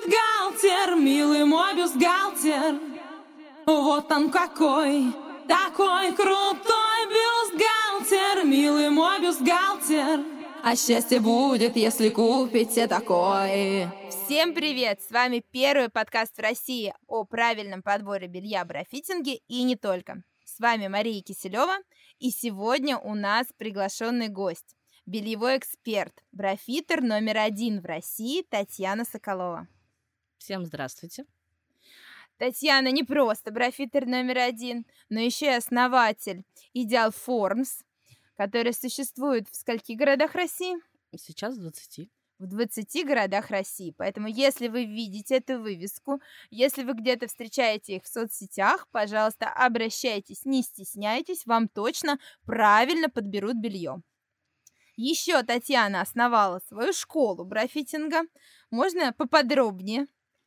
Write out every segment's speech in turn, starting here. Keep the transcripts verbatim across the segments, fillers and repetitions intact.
Бюстгальтер, милый мой бюстгальтер, вот он какой, такой крутой бюстгальтер, милый мой бюстгальтер. А счастье будет, если купите такой. Всем привет! С вами первый подкаст в России о правильном подборе белья, брафитинге и не только. С вами Мария Киселева, и сегодня у нас приглашенный гость, бельевой эксперт, брафитер номер один в России Татьяна Соколова. Всем здравствуйте. Татьяна не просто брафитер номер один, но еще и основатель Ideal Forms, который существует в скольких городах России? Сейчас в двадцати. В двадцати городах России. Поэтому, если вы видите эту вывеску, если вы где-то встречаете их в соцсетях, пожалуйста, обращайтесь, не стесняйтесь, вам точно правильно подберут белье. Еще Татьяна основала свою школу брафитинга. Можно поподробнее?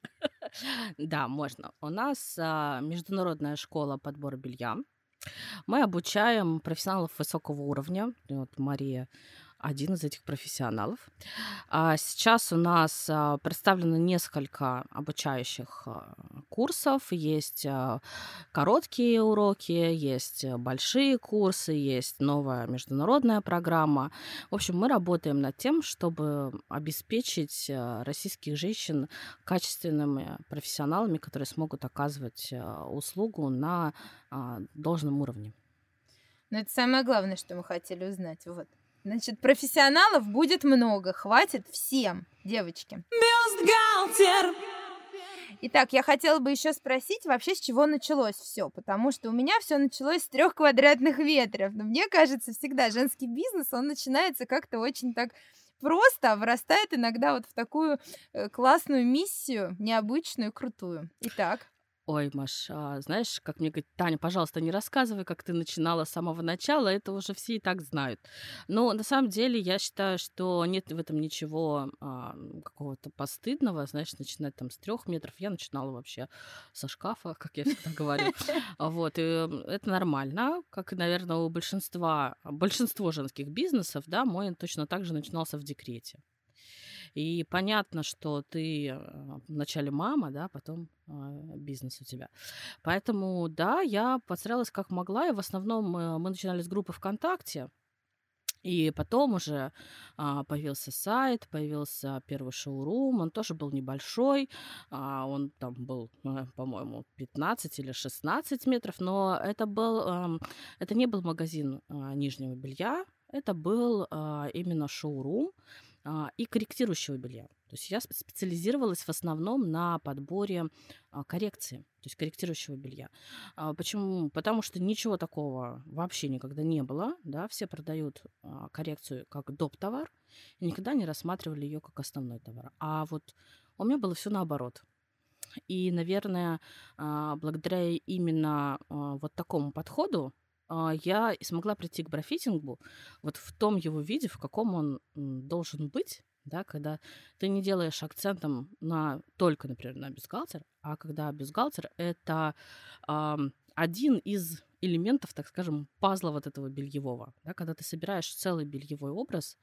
Да, можно. У нас а, международная школа подбора белья. Мы обучаем профессионалов высокого уровня. Вот Мария один из этих профессионалов. А сейчас у нас а, представлено несколько обучающих а, курсов. Есть а, короткие уроки, есть большие курсы, есть новая международная программа. В общем, мы работаем над тем, чтобы обеспечить а, российских женщин качественными профессионалами, которые смогут оказывать а, услугу на а, должном уровне. Ну, это самое главное, что мы хотели узнать. Вот. Значит, профессионалов будет много, хватит всем, девочки. Бюстгальтер. Итак, я хотела бы еще спросить вообще, с чего началось все, потому что у меня все началось с трех квадратных метров. Но мне кажется, всегда женский бизнес, он начинается как-то очень так просто, а вырастает иногда вот в такую э, классную миссию, необычную, крутую. Итак. Ой, Маш, а, знаешь, как мне говорит, Таня, пожалуйста, не рассказывай, как ты начинала с самого начала, это уже все и так знают. Но на самом деле я считаю, что нет в этом ничего а, какого-то постыдного, знаешь, начинать там с трех метров. Я начинала вообще со шкафа, как я всегда говорю. Вот, и это нормально, как и, наверное, у большинства, большинство женских бизнесов, да, мой точно так же начинался в декрете. И понятно, что ты вначале мама, да, потом э, бизнес у тебя. Поэтому, да, я подстраивалась как могла, и в основном э, мы начинали с группы ВКонтакте, и потом уже а, появился сайт, появился первый шоурум, он тоже был небольшой, а, он там был, э, по-моему, пятнадцать или шестнадцать метров, но это, был, э, это не был магазин э, нижнего белья, это был э, именно шоурум, и корректирующего белья. То есть я специализировалась в основном на подборе а, коррекции, то есть корректирующего белья. А, почему? Потому что ничего такого вообще никогда не было. Да? Все продают а, коррекцию как доп. Товар и никогда не рассматривали ее как основной товар. А вот у меня было все наоборот. И, наверное, а, благодаря именно а, вот такому подходу я смогла прийти к брафитингу вот в том его виде, в каком он должен быть, да, когда ты не делаешь акцентом на только, например, на бюстгальтер, а когда бюстгальтер — это э, один из элементов, так скажем, пазла вот этого бельевого, да, когда ты собираешь целый бельевой образ,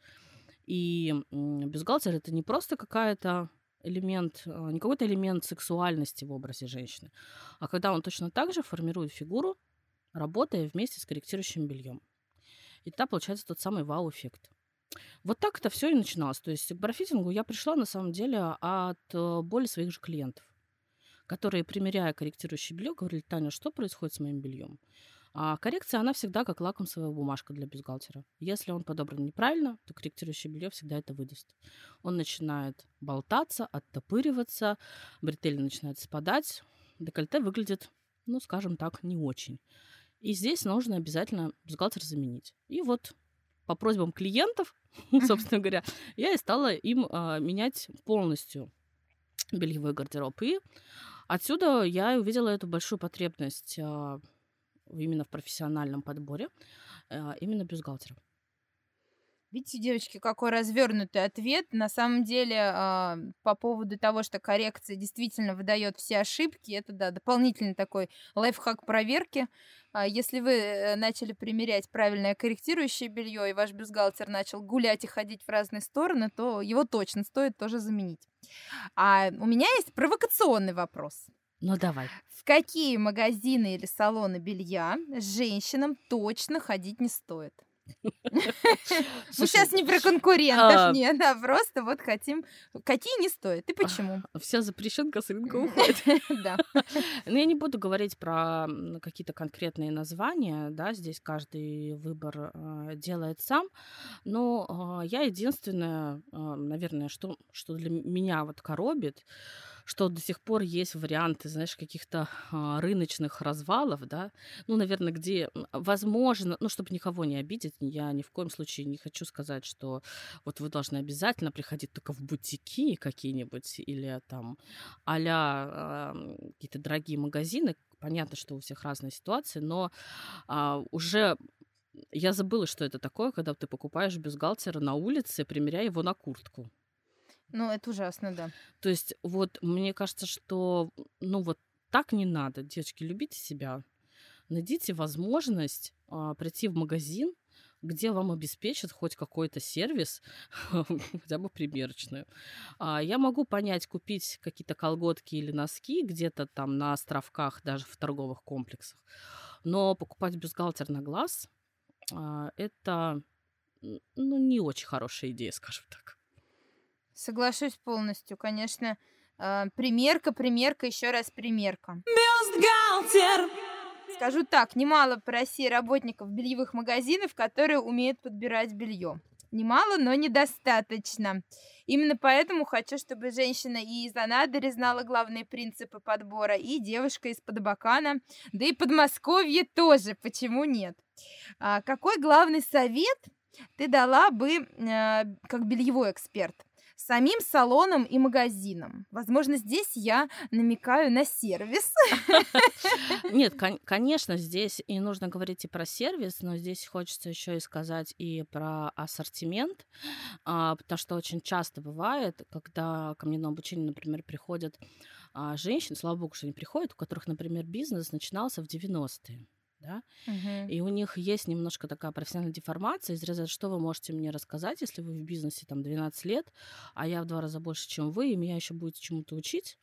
и э, бюстгальтер — это не просто какая-то элемент, не какой-то элемент сексуальности в образе женщины, а когда он точно так же формирует фигуру, работая вместе с корректирующим бельем. И тогда получается тот самый вау-эффект. Вот так это все и начиналось. То есть к брафитингу я пришла на самом деле от боли своих же клиентов, которые, примеряя корректирующее белье, говорили: Таня, что происходит с моим бельем? А коррекция, она всегда как лакмусовая бумажка для бюстгальтера. Если он подобран неправильно, то корректирующее белье всегда это выдаст. Он начинает болтаться, оттопыриваться, бретели начинают спадать, декольте выглядит, ну, скажем так, не очень. И здесь нужно обязательно бюстгальтер заменить. И вот по просьбам клиентов, собственно говоря, я и стала им а, менять полностью бельевой гардероб. И отсюда я увидела эту большую потребность а, именно в профессиональном подборе а, именно бюстгальтера. Видите, девочки, какой развернутый ответ. На самом деле, а, по поводу того, что коррекция действительно выдает все ошибки, это, да, дополнительный такой лайфхак проверки. А, Если вы э, начали примерять правильное корректирующее белье, и ваш бюстгальтер начал гулять и ходить в разные стороны, то его точно стоит тоже заменить. А у меня есть провокационный вопрос. Ну, давай. В какие магазины или салоны белья женщинам точно ходить не стоит? Мы сейчас Слушай, не про конкурентов, а, нет, а просто вот хотим, какие не стоит и почему. вся запрещенка с рынка уходит. Да. Но я не буду говорить про м, какие-то конкретные названия, да, здесь каждый выбор а, делает сам. Но а, я единственное, а, наверное, что, что для м- меня вот коробит, что до сих пор есть варианты, знаешь, каких-то а, рыночных развалов, да, ну, наверное, где, м, возможно, ну, чтобы никого не обидеть, я ни в коем случае не хочу сказать, что вот вы должны обязательно приходить только в бутики какие-нибудь или там а-ля ам, какие-то дорогие магазины. Понятно, что у всех разные ситуации, но а, уже я забыла, что это такое, когда ты покупаешь бюстгальтер на улице, примеряя его на куртку. Ну, это ужасно, да. То есть вот мне кажется, что ну вот так не надо. Девочки, любите себя. Найдите возможность а, прийти в магазин, где вам обеспечат хоть какой-то сервис, хотя бы примерочную. А, Я могу понять, купить какие-то колготки или носки где-то там на островках, даже в торговых комплексах. Но покупать бюстгальтер на глаз, а, это м, ну, не очень хорошая идея, скажем так. Соглашусь полностью, конечно. а, Примерка, примерка, еще раз примерка. Бюстгальтер. Скажу так, немало по России работников бельевых магазинов, которые умеют подбирать белье. Немало, но недостаточно. Именно поэтому хочу, чтобы женщина и из Анадыря знала главные принципы подбора, и девушка из Подбакана, да и Подмосковье тоже, почему нет? А какой главный совет ты дала бы э, как бельевой эксперт самим салонам и магазинам? Возможно, здесь я намекаю на сервис. Нет, кон- конечно, здесь и нужно говорить и про сервис, но здесь хочется еще и сказать и про ассортимент, а, потому что очень часто бывает, когда ко мне на обучение, например, приходят а, женщины, слава богу, что они приходят, у которых, например, бизнес начинался в девяностые. Да? Мгм. И у них есть немножко такая профессиональная деформация из разряда, что вы можете мне рассказать, если вы в бизнесе там двенадцать лет, а я в два раза больше, чем вы, и меня еще будете чему-то учить.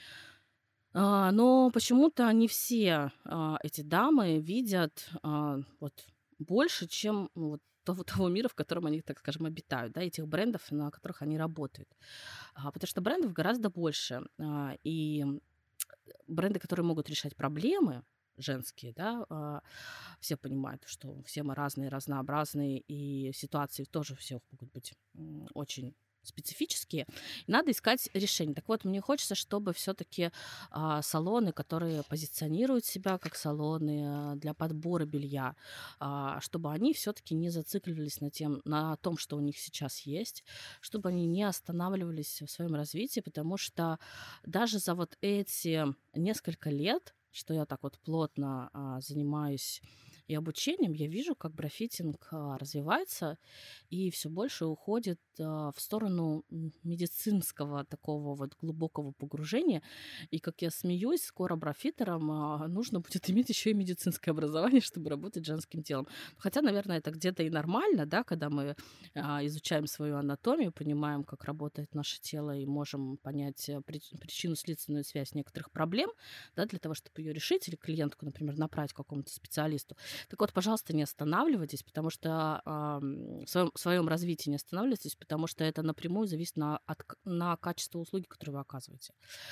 А, но почему-то не все а, эти дамы видят а, вот больше, чем ну, вот того, того мира, в котором они, так скажем, обитают, да, этих брендов, на которых они работают. А, потому что брендов гораздо больше. а, и бренды, которые могут решать проблемы женские, да, а, все понимают, что все мы разные, разнообразные, и ситуации тоже все могут быть м, очень специфические. И надо искать решение. Так вот, мне хочется, чтобы все-таки салоны, которые позиционируют себя как салоны а, для подбора белья, а, чтобы они все-таки не зацикливались на, тем, на том, что у них сейчас есть, чтобы они не останавливались в своем развитии, потому что даже за вот эти несколько лет, что я так вот плотно а, занимаюсь и обучением, я вижу, как брафитинг а, развивается и все больше уходит а, в сторону м, медицинского такого вот глубокого погружения. И, как я смеюсь, скоро брафитерам а, нужно будет иметь еще и медицинское образование, чтобы работать женским телом. Хотя, наверное, это где-то и нормально, да, когда мы а, изучаем свою анатомию, понимаем, как работает наше тело и можем понять э, при- причинно-следственную связь некоторых проблем, да, для того, чтобы ее решить, или клиентку, например, направить к какому-то специалисту. Так вот, пожалуйста, не останавливайтесь, потому что а, м, в своем, в своем развитии не останавливайтесь, потому что это напрямую зависит на, от к- на качество услуги, которую вы оказываете.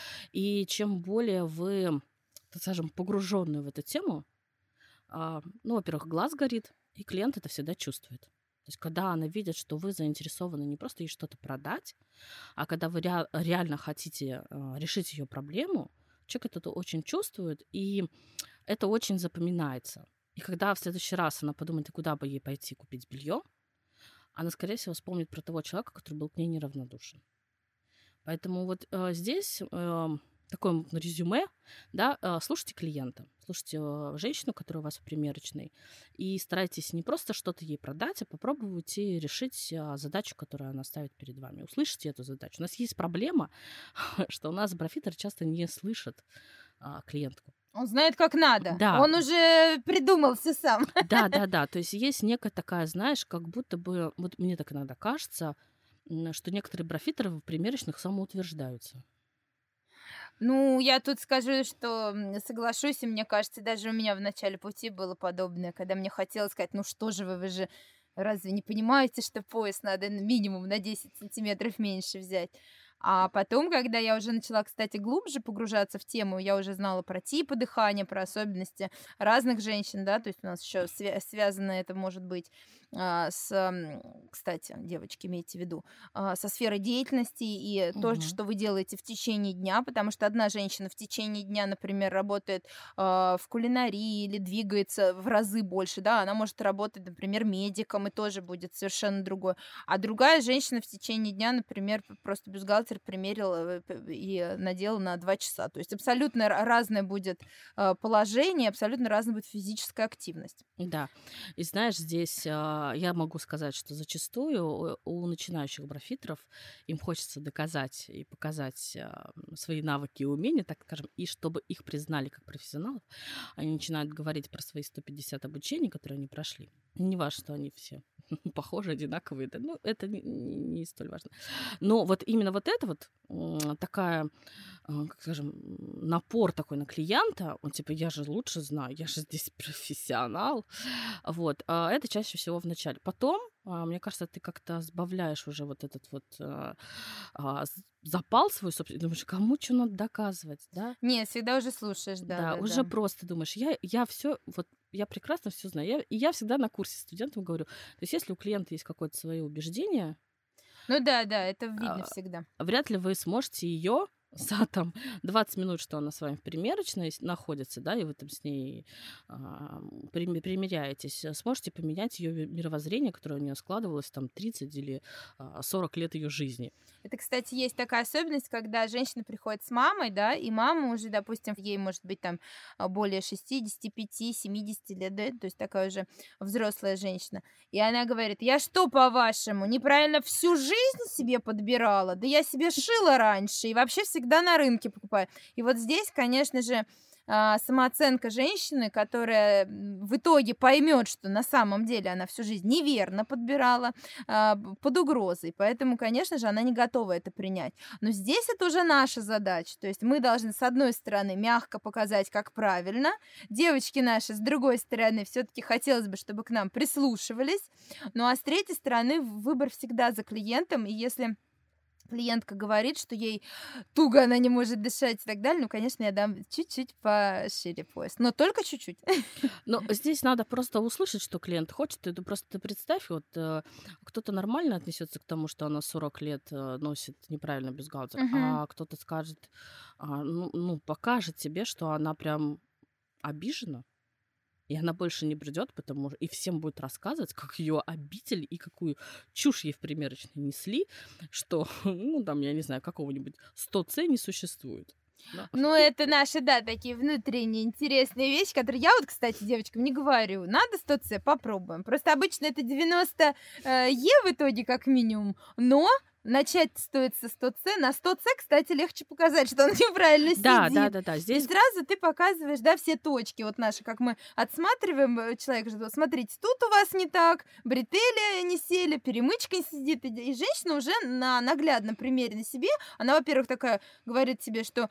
И чем более вы, так скажем, погруженные в эту тему, а, ну, во-первых, глаз горит, и клиент это всегда чувствует. То есть, когда она видит, что вы заинтересованы не просто ей что-то продать, а когда вы rea- реально хотите а, решить ее проблему, человек это очень чувствует, и это очень запоминается. И когда в следующий раз она подумает, и куда бы ей пойти купить белье, она, скорее всего, вспомнит про того человека, который был к ней неравнодушен. Поэтому вот э, здесь э, такое вот резюме, да, э, слушайте клиента, слушайте э, женщину, которая у вас в примерочной, и старайтесь не просто что-то ей продать, а попробуйте решить э, задачу, которую она ставит перед вами. Услышите эту задачу. У нас есть проблема, что у нас брофитер часто не слышит а, клиентку. Он знает, как надо. Да. Он уже придумал все сам. Да, да, да. То есть есть некая такая, знаешь, как будто бы, вот мне так иногда кажется, м, что некоторые брофитеры в примерочных самоутверждаются. Ну, я тут скажу, что м, соглашусь, и мне кажется, даже у меня в начале пути было подобное, когда мне хотелось сказать, ну что же вы, вы же разве не понимаете, что пояс надо н- минимум на десять сантиметров меньше взять? А потом, когда я уже начала, кстати, глубже погружаться в тему, я уже знала про типы дыхания, про особенности разных женщин, да, то есть у нас еще связано это может быть а, с, м, кстати, девочки, имейте в виду, а, со сферой деятельности и то, Мгм. что вы делаете в течение дня, потому что одна женщина в течение дня, например, работает а, в кулинарии или двигается в разы больше, да, она может работать, например, медиком, и тоже будет совершенно другое. А другая женщина в течение дня, например, п- просто бюстгальтер примерила э, п- и надела на два часа. То есть абсолютно ра- разное будет э, положение, абсолютно разная будет физическая активность. Да. И знаешь, здесь а, я могу сказать, что зачастую у, у начинающих брофитеров им хочется доказать и показать а, м, свои навыки и умения, так скажем, и чтобы их признали как профессионалов, они начинают говорить про свои сто пятьдесят обучений, которые они прошли. Не важно, что они все похожи, одинаковые, да, ну, это не, не- не столь важно. Но вот именно вот это вот м, такая, а, как скажем, м, напор такой на клиента, он типа, я же лучше знаю, я же здесь профессионал, вот, а это чаще всего в начале. Потом, а, мне кажется, ты как-то сбавляешь уже вот этот вот а, а, з- запал свой, собственно, и думаешь, кому что надо доказывать, да? Не, всегда уже слушаешь, да, Да, да, уже да. просто думаешь, я, я все, вот я прекрасно все знаю. Я, и я всегда на курсе студентам говорю, то есть если у клиента есть какое-то свое убеждение, Ну да, да, это видно а, всегда. вряд ли вы сможете ее за там двадцать минут, что она с вами в примерочной с- находится, да, и вы там с ней а, прими- примеряетесь, э, сможете поменять ее мировоззрение, которое у нее складывалось там тридцать или а, сорок лет ее жизни. Это, кстати, есть такая особенность, когда женщина приходит с мамой, да, и мама уже, допустим, ей может быть там а, более шестидесяти пяти семидесяти лет, да, то есть такая уже взрослая женщина. И она говорит, я что, по-вашему, неправильно всю жизнь себе подбирала? Да я себе шила раньше и вообще всегда на рынке покупаю. И вот здесь, конечно же, а, самооценка женщины, которая м, в итоге поймет, что на самом деле она всю жизнь неверно подбирала, а, б- под угрозой. Поэтому, конечно же, она не готова это принять. Но здесь это уже наша задача. То есть мы должны, с одной стороны, мягко показать, как правильно. Девочки наши, с другой стороны, все-таки хотелось бы, чтобы к нам прислушивались. Ну а с третьей стороны, выбор всегда за клиентом. И если клиентка говорит, что ей туго она не может дышать и так далее, ну, конечно, я дам чуть-чуть пошире пояс. Но только чуть-чуть. Но здесь надо просто услышать, что клиент хочет. Ты просто ты представь, вот э, кто-то нормально отнесется к тому, что она сорок лет э, носит неправильно бюстгальтер, Мгм. а кто-то скажет, а, ну, ну, покажет тебе, что она прям обижена. И она больше не придет, потому что и всем будет рассказывать, как ее обидели и какую чушь ей в примерочной несли, что, ну, там, я не знаю, какого-нибудь сто цэ не существует. Да. Ну, это наши, да, такие внутренние интересные вещи, которые я вот, кстати, девочкам не говорю. Надо сто цэ, попробуем. Просто обычно это девяносто э, е в итоге как минимум, но начать стоит со сто цэ. На сто цэ, кстати, легче показать, что он неправильно Да, да, сидит. да, да. И Здесь сразу ты показываешь, да, все точки вот наши, как мы отсматриваем э, человека, что вот смотрите, тут у вас не так, бретели не сели, перемычка не сидит, и, и женщина уже на наглядном примере на себе, она, во-первых, такая говорит тебе, что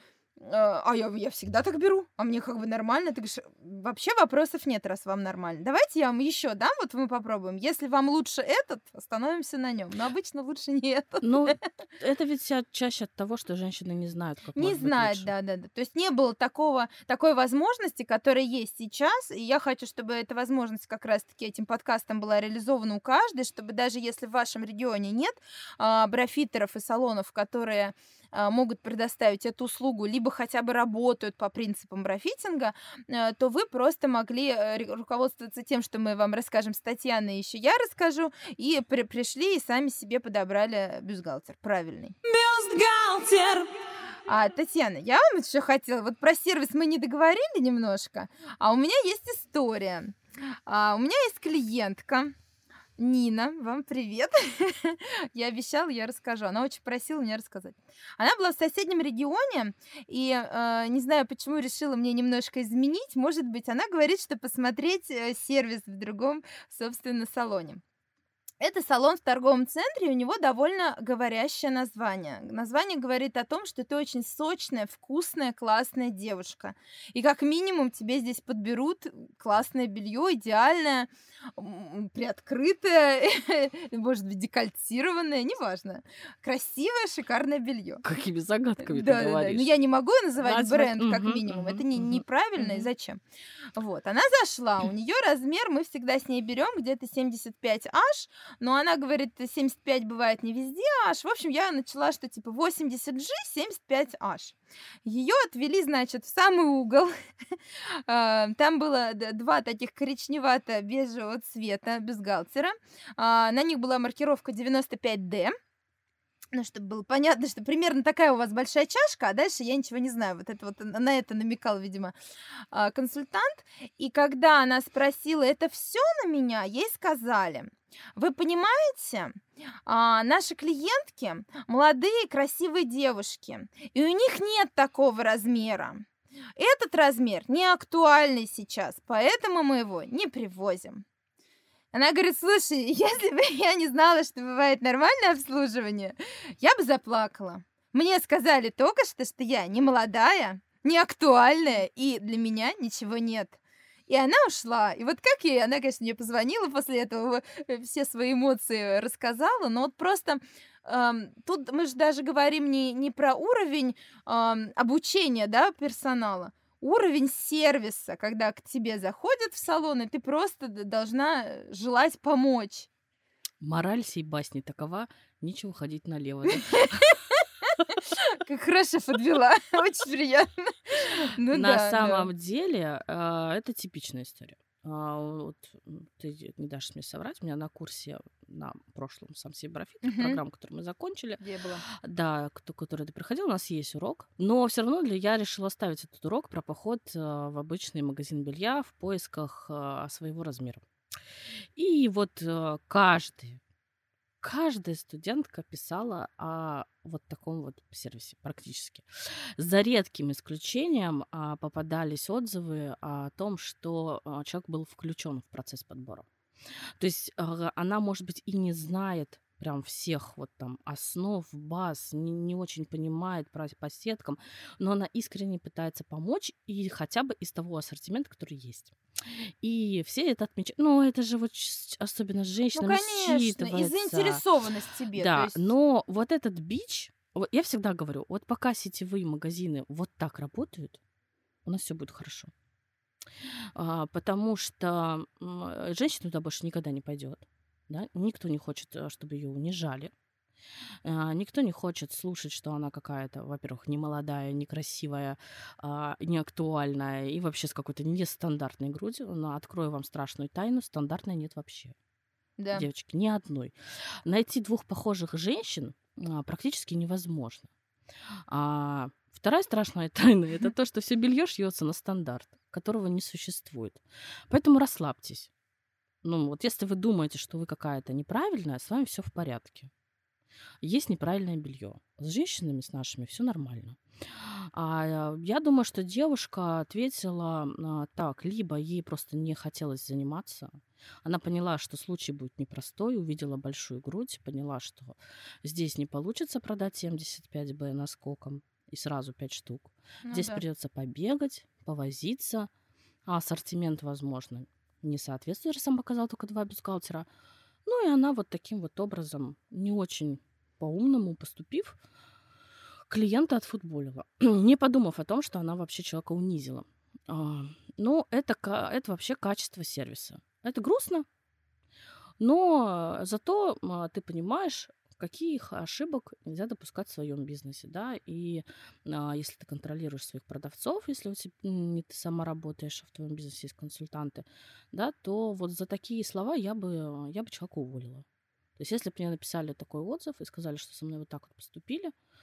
а а я, я всегда так беру, а мне как бы нормально. Ты говоришь, вообще вопросов нет, раз вам нормально. Давайте я вам еще дам, вот мы попробуем. Если вам лучше этот, остановимся на нем. Но обычно лучше не этот. ну, это ведь вся чаще от того, что женщины не знают, как Не может быть знает, лучше. да-да-да. То есть не было такого, такой возможности, которая есть сейчас. И я хочу, чтобы эта возможность как раз-таки этим подкастом была реализована у каждой, чтобы даже если в вашем регионе нет а, брофитеров и салонов, которые а, могут предоставить эту услугу, либо хотя бы работают по принципам брофитинга, э, то вы просто могли э, ре- руководствоваться тем, что мы вам расскажем с Татьяной, еще я расскажу, и при- пришли и сами себе подобрали бюстгальтер правильный. Бюстгальтер. А, Татьяна, я вам еще хотела, вот про сервис мы не договорили немножко, а у меня есть история. А, у меня есть клиентка, Нина, вам привет. Я обещала, я расскажу. Она очень просила мне рассказать. Она была в соседнем регионе, и э, не знаю, почему решила мне немножко изменить. Может быть, она говорит, что посмотреть э, сервис в другом, собственно, салоне. Это салон в торговом центре, и у него довольно говорящее название. Название говорит о том, что ты очень сочная, вкусная, классная девушка. И как минимум тебе здесь подберут классное белье, идеальное, м, приоткрытое, может быть, декольтированное, неважно. Красивое, шикарное белье. Какими загадками ты Да, да, да. Но говоришь? я не могу называть Назвать. бренд как Мгм, минимум. Это мгм, не, мгм, неправильно, и мгм. зачем? Вот, она зашла, у нее размер, мы всегда с ней берем где-то семьдесят пять аш, но она говорит, семьдесят пять бывает не везде аж. В общем, я начала, что типа восемьдесят джи, семьдесят пять аш. Ее отвели, значит, в самый угол. А, Там было д- два таких коричневато-бежевого цвета бюстгальтера. А, На них была маркировка девяносто пять дэ. Ну, чтобы было понятно, что примерно такая у вас большая чашка, а дальше я ничего не знаю. Вот это вот на на это намекал, видимо, а, консультант. И когда она спросила: "Это все на меня?" Ей сказали: "Вы понимаете, а, наши клиентки молодые, красивые девушки, и у них нет такого размера. Этот размер не актуальный сейчас, поэтому мы его не привозим". Она говорит: "Слушай, если бы я не знала, что бывает нормальное обслуживание, я бы заплакала. Мне сказали только что, что я не молодая, не актуальная, и для меня ничего нет". И она ушла. И вот как ей, она, конечно, мне позвонила после этого, э, все свои эмоции рассказала, но вот просто ам, тут мы же даже говорим не, не про уровень ам, обучения, да, персонала, уровень сервиса, когда к тебе заходят в салон, и ты просто д- должна э, желать помочь. Мораль сей басни такова: нечего ходить налево, да? Как хорошо подвела, очень приятно. Ну На да, да. самом деле, а, это типичная история. А, вот, м, ты не дашь мне соврать, у меня на курсе, на прошлом сам себе профит, Мгм. программу, которую мы закончили, Где я была? да, кто, который ты проходил, у нас есть урок, но все равно для, я решила оставить этот урок про поход а, в обычный магазин белья в поисках а, своего размера. И вот а, каждый Каждая студентка писала о вот таком вот сервисе практически. За редким исключением а, попадались отзывы о том, что а, человек был включен в процесс подбора. То есть а, она, может быть, и не знает прям всех вот там основ, баз, не, не очень понимает про, по сеткам, но она искренне пытается помочь и хотя бы из того ассортимента, который есть. И все это отмечают. Ну, это же вот ч- особенно с Ну, женщинами конечно, и считывается. заинтересованность в тебе, то Да, есть... но вот этот бич, вот я всегда говорю, вот пока сетевые магазины вот так работают, у нас все будет хорошо. А, потому что м, э, женщина туда больше никогда не пойдет. Да? Никто не хочет, э, чтобы ее унижали. А, никто не хочет слушать, что она какая-то, во-первых, не молодая, некрасивая, а, неактуальная и вообще с какой-то нестандартной грудью. Но открою вам страшную тайну, стандартной нет вообще. Да. Девочки, ни одной. Найти двух похожих женщин а, практически невозможно. А вторая страшная тайна — это то, что все белье шьется на стандарт, которого не существует. Поэтому расслабьтесь. Ну, вот если вы думаете, что вы какая-то неправильная, с вами все в порядке. Есть неправильное белье. С женщинами, с нашими, все нормально. А, я думаю, что девушка ответила а, так: либо ей просто не хотелось заниматься, она поняла, что случай будет непростой, увидела большую грудь, поняла, что здесь не получится продать семьдесят пять бэ наскоком и сразу пять штук. Ну Здесь да. придется побегать, повозиться, а ассортимент, возможно, не соответствует. Я сам показала только два бюстгальтера. Ну и она вот таким вот образом, не очень по-умному поступив, клиента отфутболила, не подумав о том, что она вообще человека унизила. А, ну, это, ка- это вообще качество сервиса. Это грустно, но зато а, ты понимаешь, каких ошибок нельзя допускать в своем бизнесе, да, и а, если ты контролируешь своих продавцов, если у тебя м, не ты сама работаешь, а в твоем бизнесе есть консультанты, да, то вот за такие слова я бы, я бы человека уволила. То есть если бы мне написали такой отзыв и сказали, что со мной вот так вот поступили,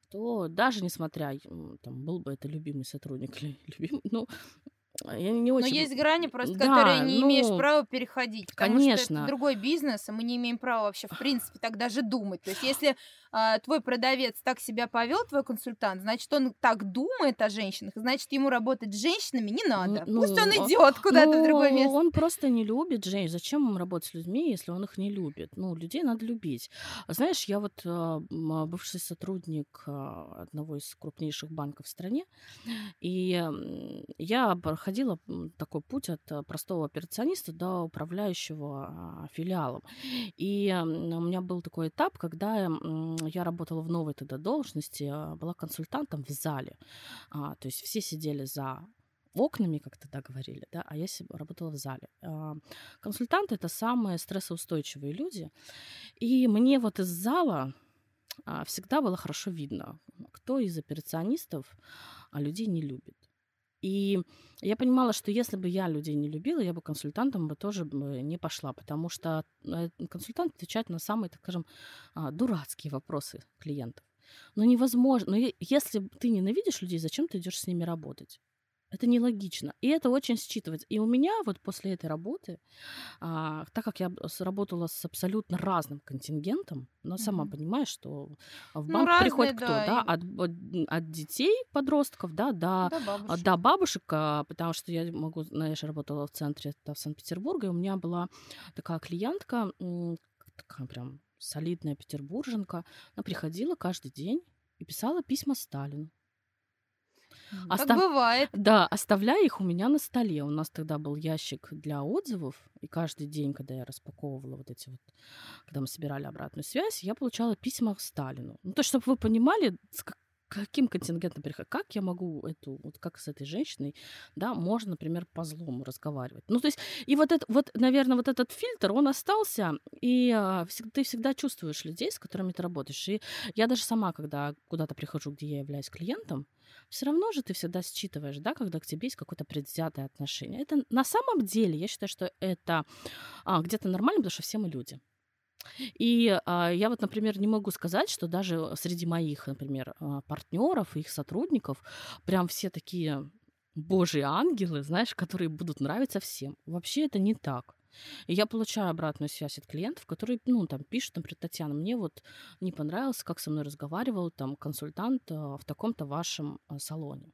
что даже несмотря, м, там, был бы это любимый сотрудник или любимый, ну, я не Но очень... есть грани просто, которые Да, не имеешь ну, права переходить, потому что это конечно. другой бизнес, и мы не имеем права вообще, в принципе, так даже думать. То есть если а, твой продавец так себя повел, твой консультант, значит, он так думает о женщинах, значит, ему работать с женщинами не Н- надо. Пусть он Ну, а- идет куда-то в другое ну, место. он просто не любит женщин. Зачем ему работать с людьми, если он их не любит? Ну, людей надо любить. А Знаешь, я вот а, м, а, бывший сотрудник а, одного из крупнейших банков в стране, и м, я проходила м, такой путь от а, простого операциониста до управляющего а, филиалом. И м, у меня был такой этап, когда м, я работала в новой тогда должности, а, была консультантом в зале. А, то есть все сидели за окнами, как тогда говорили, да, а я себе работала в зале. А, Консультанты — это самые стрессоустойчивые люди. И мне вот из зала а, всегда было хорошо видно, кто из операционистов а, людей не любит. И я понимала, что если бы я людей не любила, я бы консультантом бы тоже бы не пошла, потому что э, консультант отвечает на самые, так скажем, а, дурацкие вопросы клиентов. Но невозможно. Но е- если ты ненавидишь людей, зачем ты идешь с ними работать? Это нелогично. И это очень считывается. И у меня вот после этой работы, а, так как я б- с- работала с абсолютно разным контингентом, но сама Мгм. понимаешь, что в Ну, банк разные, приходит кто, да, да, и от, от, от детей, подростков, да, до, да, а, бабушек. до бабушек, а, потому что я могу, знаешь, работала в центре это в Санкт-Петербурге, и у меня была такая клиентка, м, такая прям солидная петербурженка, она приходила каждый день и писала письма Сталину. Ну, так Остав бывает. Да, оставляя их у меня на столе. У нас тогда был ящик для отзывов, и каждый день, когда я распаковывала вот эти вот, когда мы собирали обратную связь, я получала письма к Сталину. Ну, то есть, чтобы вы понимали, с ка- каким контингентом переходить, как я могу эту, вот как с этой женщиной, да, можно, например, по злому разговаривать. Ну, то есть, и вот это, вот, наверное, вот этот фильтр, он остался, и а, всег- ты всегда чувствуешь людей, с которыми ты работаешь. И я даже сама, когда куда-то прихожу, где я являюсь клиентом, все равно же ты всегда считываешь, да, когда к тебе есть какое-то предвзятое отношение. Это на самом деле, я считаю, что это а, где-то нормально, потому что все мы люди. И а, я вот, например, не могу сказать, что даже среди моих, например, партнеров и их сотрудников прям все такие божьи ангелы, знаешь, которые будут нравиться всем. Вообще это не так. И я получаю обратную связь от клиентов, которые, ну, там, пишут, например, Татьяна, мне вот не понравилось, как со мной разговаривал там консультант а, в таком-то вашем а, салоне.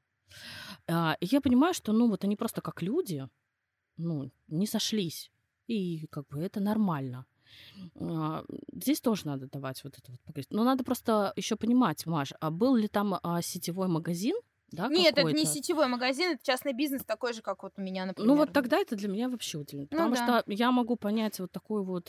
А, и я понимаю, что, ну, вот они просто как люди, ну, не сошлись. И как бы это нормально. А, Здесь тоже надо давать вот это вот поговорить. Но надо просто еще понимать, Маш, а был ли там а, сетевой магазин, да, Нет, это не какой-то? сетевой магазин, это частный бизнес, такой же, как вот у меня, Ну вот например. тогда это для меня вообще удивительно, Ну потому да. что я могу понять вот такой вот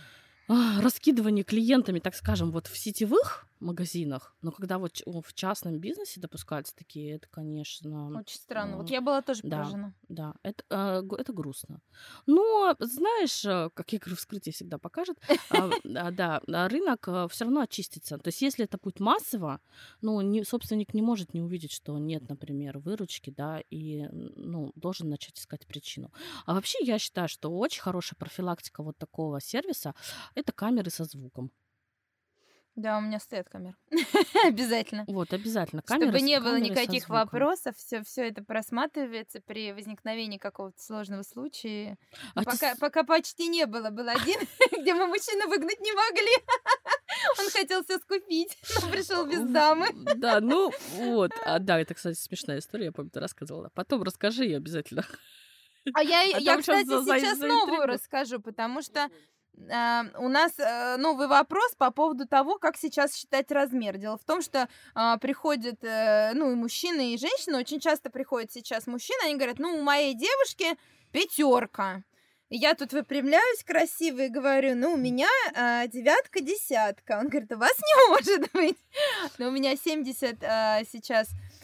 а, раскидывание клиентами, так скажем, вот в сетевых магазинах, но когда вот ч- в частном бизнесе допускаются такие, это, конечно, Очень странно. Вот м, я была тоже да, поражена. да, это, а, г- это грустно. Но, знаешь, э, как я говорю, вскрытие всегда покажет, а, а, да, а рынок все равно очистится. То есть если это будет массово, ну, не- собственник не может не увидеть, что нет, например, выручки, да, и, м, ну, должен начать искать причину. А вообще я считаю, что очень хорошая профилактика вот такого сервиса — это камеры со звуком. Да, у меня стоят камеры. Обязательно. Вот, обязательно камеры, Чтобы с- не было камеры со никаких звуком. вопросов, все, все это просматривается при возникновении какого-то сложного случая. А Ну, ты пока, с- пока почти не было. Был один, где мы мужчину выгнать не могли. Он хотел все скупить, но пришел без в- дамы. Да, ну вот. А, да, это, кстати, смешная история, я помню, ты рассказывала. Потом расскажи ее обязательно. А я, А я, там сейчас кстати, за, за, сейчас за новую интригу. расскажу, потому что а, у нас э, новый вопрос по поводу того, как сейчас считать размер. Дело в том, что а, приходят, э, ну, и мужчины, и женщины, очень часто приходят сейчас мужчины, они говорят, ну, у моей девушки пятерка. И я тут выпрямляюсь красиво и говорю, ну, у меня а, девятка, десятка. Он говорит, у вас не может быть. Но у меня семьдесят а, сейчас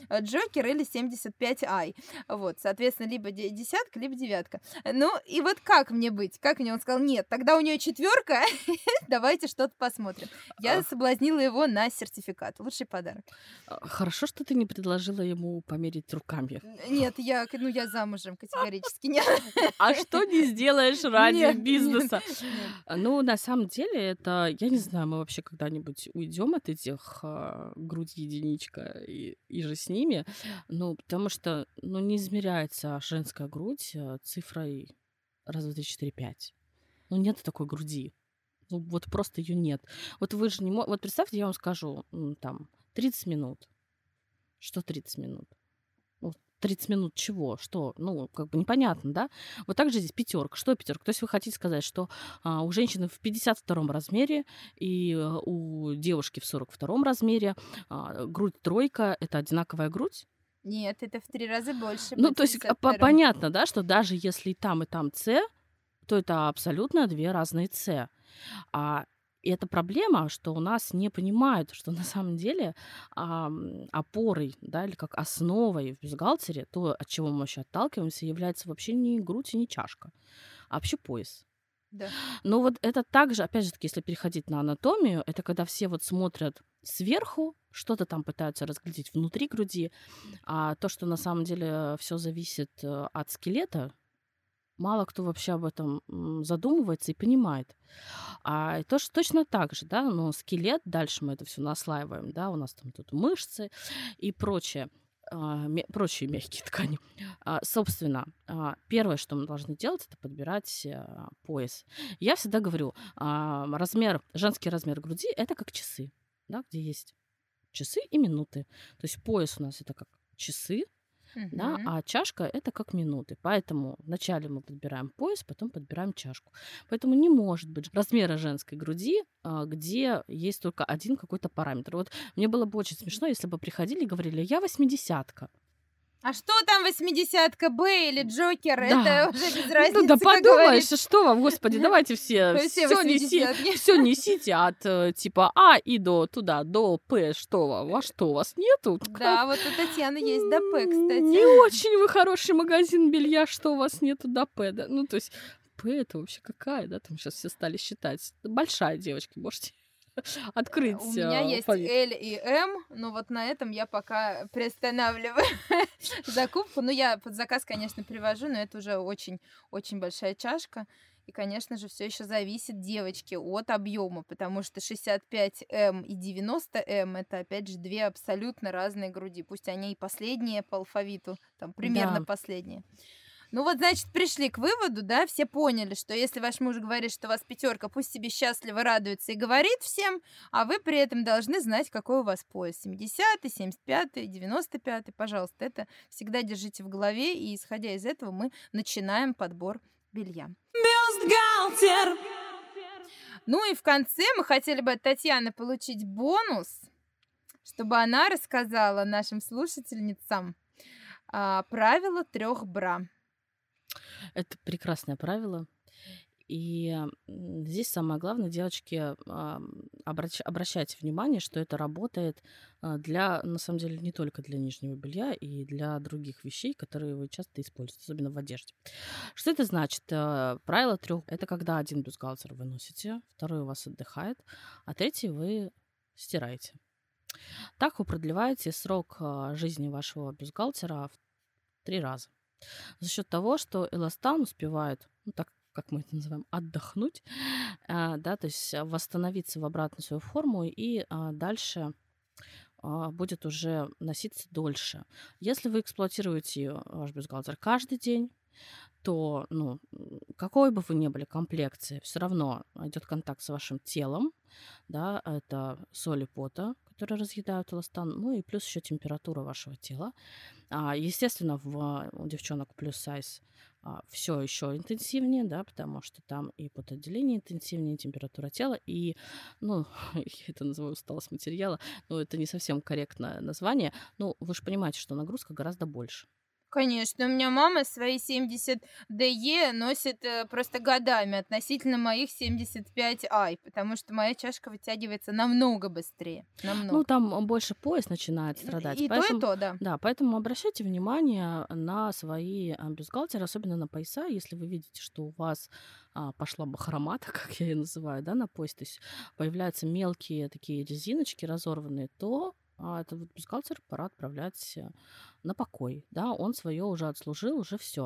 э, Джокер или семьдесят пять ай. Вот, соответственно, либо де- десятка, либо девятка. Ну, и вот как мне быть? Как мне? Он сказал, нет, тогда у нее четверка, давайте что-то посмотрим. Я А, соблазнила его на сертификат. Лучший подарок. а, Хорошо, что ты не предложила ему померить руками. Н- Нет, я, к- ну, я замужем категорически. Нет, А что не сделаешь ради нет, нет, бизнеса? нет. А, Ну, на самом деле, это, я не знаю, мы вообще когда-нибудь уйдем от этих а, грудь единичка и, и же с ними, ну, потому что, ну, не измеряется женская грудь а, цифрой раз, два, три, четыре, пять. Ну, нет такой груди. Ну, вот просто ее нет. Вот вы же не можете... Вот представьте, я вам скажу, м, там, тридцать минут. Что тридцать минут? Ну, тридцать минут чего? Что? Ну, как бы непонятно, да? Вот так же здесь пятерка. Что пятерка? То есть вы хотите сказать, что а, у женщины в пятьдесят втором размере и э, у девушки в сорок втором размере а, грудь тройка — это одинаковая грудь? Нет, это в три раза больше Ну, будет то есть а, по- пятьдесят втором. понятно, да, что даже если и там, и там С, то это абсолютно две разные С. А и это проблема, что у нас не понимают, что на самом деле ам, опорой, да, или как основой в бюстгальтере, то, от чего мы вообще отталкиваемся, является вообще не грудь и не чашка, а вообще пояс. Да. Но вот это также, опять же таки, если переходить на анатомию, это когда все вот смотрят сверху, что-то там пытаются разглядеть внутри груди, а то, что на самом деле все зависит э, от скелета, мало кто вообще об этом м, задумывается и понимает. А и тоже точно так же, да, но скелет, дальше мы это все наслаиваем, да, у нас там тут мышцы и прочее, а, ме- прочие мягкие ткани. А, собственно, а, первое, что мы должны делать, это подбирать а, пояс. Я всегда говорю, а, размер, женский размер груди — это как часы, да, где есть часы и минуты. То есть пояс у нас это как часы, да, Мгм. а чашка — это как минуты. Поэтому вначале мы подбираем пояс, потом подбираем чашку. Поэтому не может быть размера женской груди, а, где есть только один какой-то параметр. Вот мне было бы очень смешно, если бы приходили и говорили: я восьмидесятка. А что там восьмидесятка Б или Джокер? Да. Это уже без Ну да разницы, как подумаешь, говорится. что вам, господи, давайте все Все все неси, восьмидесятки. все несите от э, типа А и до туда, до П. Что вам? Во что у вас нету? Да, вот у Татьяны есть до П, М, кстати. Не очень вы хороший магазин белья, что у вас нету до П, да? Ну, то есть П — это вообще какая, да? Там сейчас все стали считать. Большая, девочки, можете У открыть меня э, есть алфавит. L и М, но вот на этом я пока приостанавливаю закупку. Ну, я под заказ, конечно, привожу, но это уже очень-очень большая чашка. И, конечно же, все еще зависит, девочки, от объема, потому что шестьдесят пять эм и девяносто эм это, опять же, две абсолютно разные груди. Пусть они и последние по алфавиту, там примерно Да. последние. Ну вот, значит, пришли к выводу, да, все поняли, что если ваш муж говорит, что у вас пятерка, пусть себе счастливо радуется и говорит всем, а вы при этом должны знать, какой у вас пояс. семидесятый, семьдесят пятый, девяносто пятый, пожалуйста, это всегда держите в голове, и исходя из этого мы начинаем подбор белья. Бюстгальтер. Ну и в конце мы хотели бы от Татьяны получить бонус, чтобы она рассказала нашим слушательницам а, правила трех бра. Это прекрасное правило. И м, здесь самое главное, девочки, ам, обрач- обращайте внимание, что это работает а, для, на самом деле, не только для нижнего белья и для других вещей, которые вы часто используете, особенно в одежде. Что это значит? Э, Правило трех — это когда один бюстгальтер вы носите, второй у вас отдыхает, а третий вы стираете. Так вы продлеваете срок а, жизни вашего бюстгальтера в три раза. За счет того, что эластан успевает, ну, так как мы это называем, отдохнуть, а, да, то есть а, восстановиться в обратную свою форму и а, дальше а, будет уже носиться дольше. Если вы эксплуатируете ваш бюстгальтер каждый день, то, ну, м, какой бы вы ни были комплекции, все равно идет контакт с вашим телом, да, это соли пота, которые разъедают эластан, ну и плюс еще температура вашего тела. А, естественно, в, у девчонок плюс сайз все еще интенсивнее, да, потому что там и потоотделение интенсивнее, и температура тела, и, ну, я это называю усталость материала, но это не совсем корректное название. Ну, вы же понимаете, что нагрузка гораздо больше. Конечно, у меня мама свои семьдесят дэ е носит э, просто годами относительно моих семьдесят пять ай, потому что моя чашка вытягивается намного быстрее, Ну, намного. там м, больше пояс начинает Н- страдать, И то, и поэтому, то, да. да, поэтому обращайте внимание на свои а, бюстгальтеры, особенно на пояса, если вы видите, что у вас а, пошла бахромата, как я ее называю, да, на пояс, то есть появляются мелкие такие резиночки разорванные, то а, этот вот бюстгальтер пора отправлять э, на покой, да, он свое уже отслужил, уже все.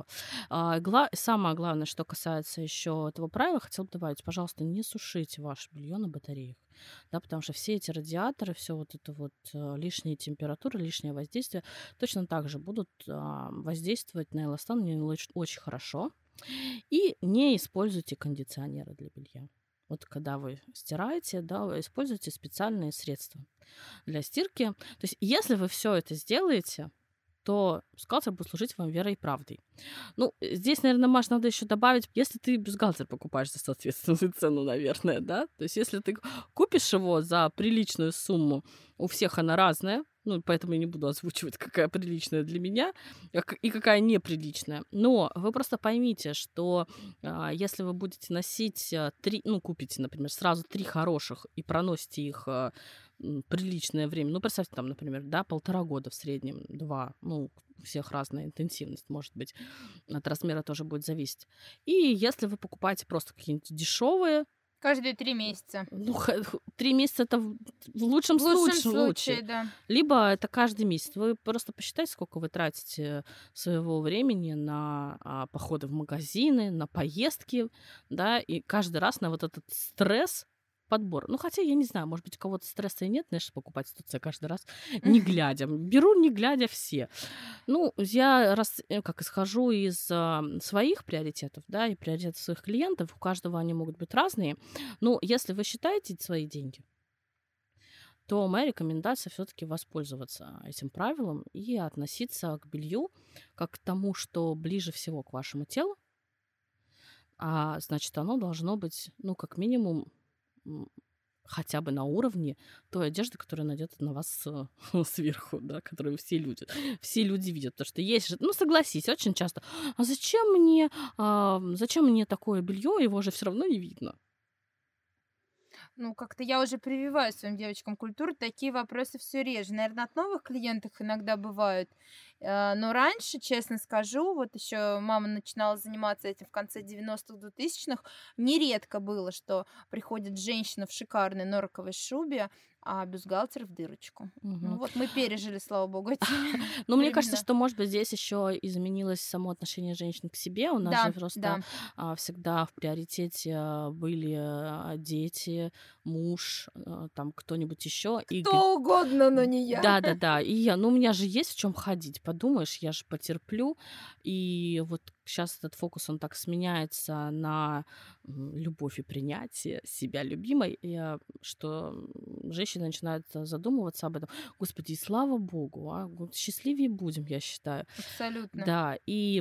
Самое главное, что касается еще этого правила, хотел бы добавить, пожалуйста, не сушите ваше белье на батареях, да, потому что все эти радиаторы, все вот это вот э, лишние температуры, лишнее воздействие точно так же будут а, воздействовать на эластан не лоч- очень хорошо. И не используйте кондиционеры для белья. Вот когда вы стираете, да, вы используйте специальные средства для стирки. То есть, если вы все это сделаете, то бюстгальтер будет служить вам верой и правдой. Ну, э, здесь, наверное, Маш, надо еще добавить, если ты бюстгальтер покупаешь за соответственную цену, наверное, да? То есть, если ты купишь его за приличную сумму, у всех она разная, ну, поэтому я не буду озвучивать, какая приличная для меня а к- и какая неприличная. Но вы просто поймите, что а, если вы будете носить а, три, ну, купите, например, сразу три хороших и проносите их а, м, приличное время, ну, представьте, там, например, да, полтора года в среднем, два, ну, у всех разная интенсивность, может быть, от размера тоже будет зависеть. И если вы покупаете просто какие-нибудь дешевые, Каждые три месяца. ну, х- х- три месяца это в в лучшем В лучшем случае, случае, да. либо это каждый месяц. Вы просто посчитайте, сколько вы тратите своего времени на а, походы в магазины, на поездки, да, и каждый раз на вот этот стресс подбор. Ну, хотя, я не знаю, может быть, у кого-то стресса и нет, знаешь, покупать ситуация каждый раз, не глядя. Беру, не глядя все. Ну, я раз, э, как исхожу из а, своих приоритетов, да, и приоритетов своих клиентов, у каждого они могут быть разные. Но если вы считаете свои деньги, то моя рекомендация все-таки воспользоваться этим правилом и относиться к белью как к тому, что ближе всего к вашему телу, а значит, оно должно быть, ну, как минимум, м, хотя бы на уровне той одежды, которая найдет на вас э, сверху, да, которую все люди, все люди видят. Потому что есть же, ну, согласись, очень часто, а зачем мне, а, зачем мне такое белье, его же все равно не видно. Ну, как-то я уже прививаю своим девочкам культуру, такие вопросы все реже. Наверное, от новых клиенток иногда бывают. Э, Но раньше, честно скажу, вот еще мама начинала заниматься этим в конце девяностых, двухтысячных, нередко было, что приходит женщина в шикарной норковой шубе, а бюстгальтер в дырочку. Ну Мгм. вот мы пережили, слава богу, эти Ну, мне кажется, времена. что, может быть, здесь еще изменилось само отношение женщин к себе. У нас же Да, просто да. а, всегда в приоритете а, были а, дети, муж, а, там кто-нибудь еще. И г- Кто угодно, но не я. да, да, да. И я, ну, у меня же есть в чем ходить, подумаешь, я же потерплю. И вот сейчас этот фокус, он так сменяется на м, любовь и принятие себя любимой, и, а, что м, женщины начинают а, задумываться об этом. Господи, и слава богу, а, гу- счастливее будем, я считаю. Абсолютно. Да, и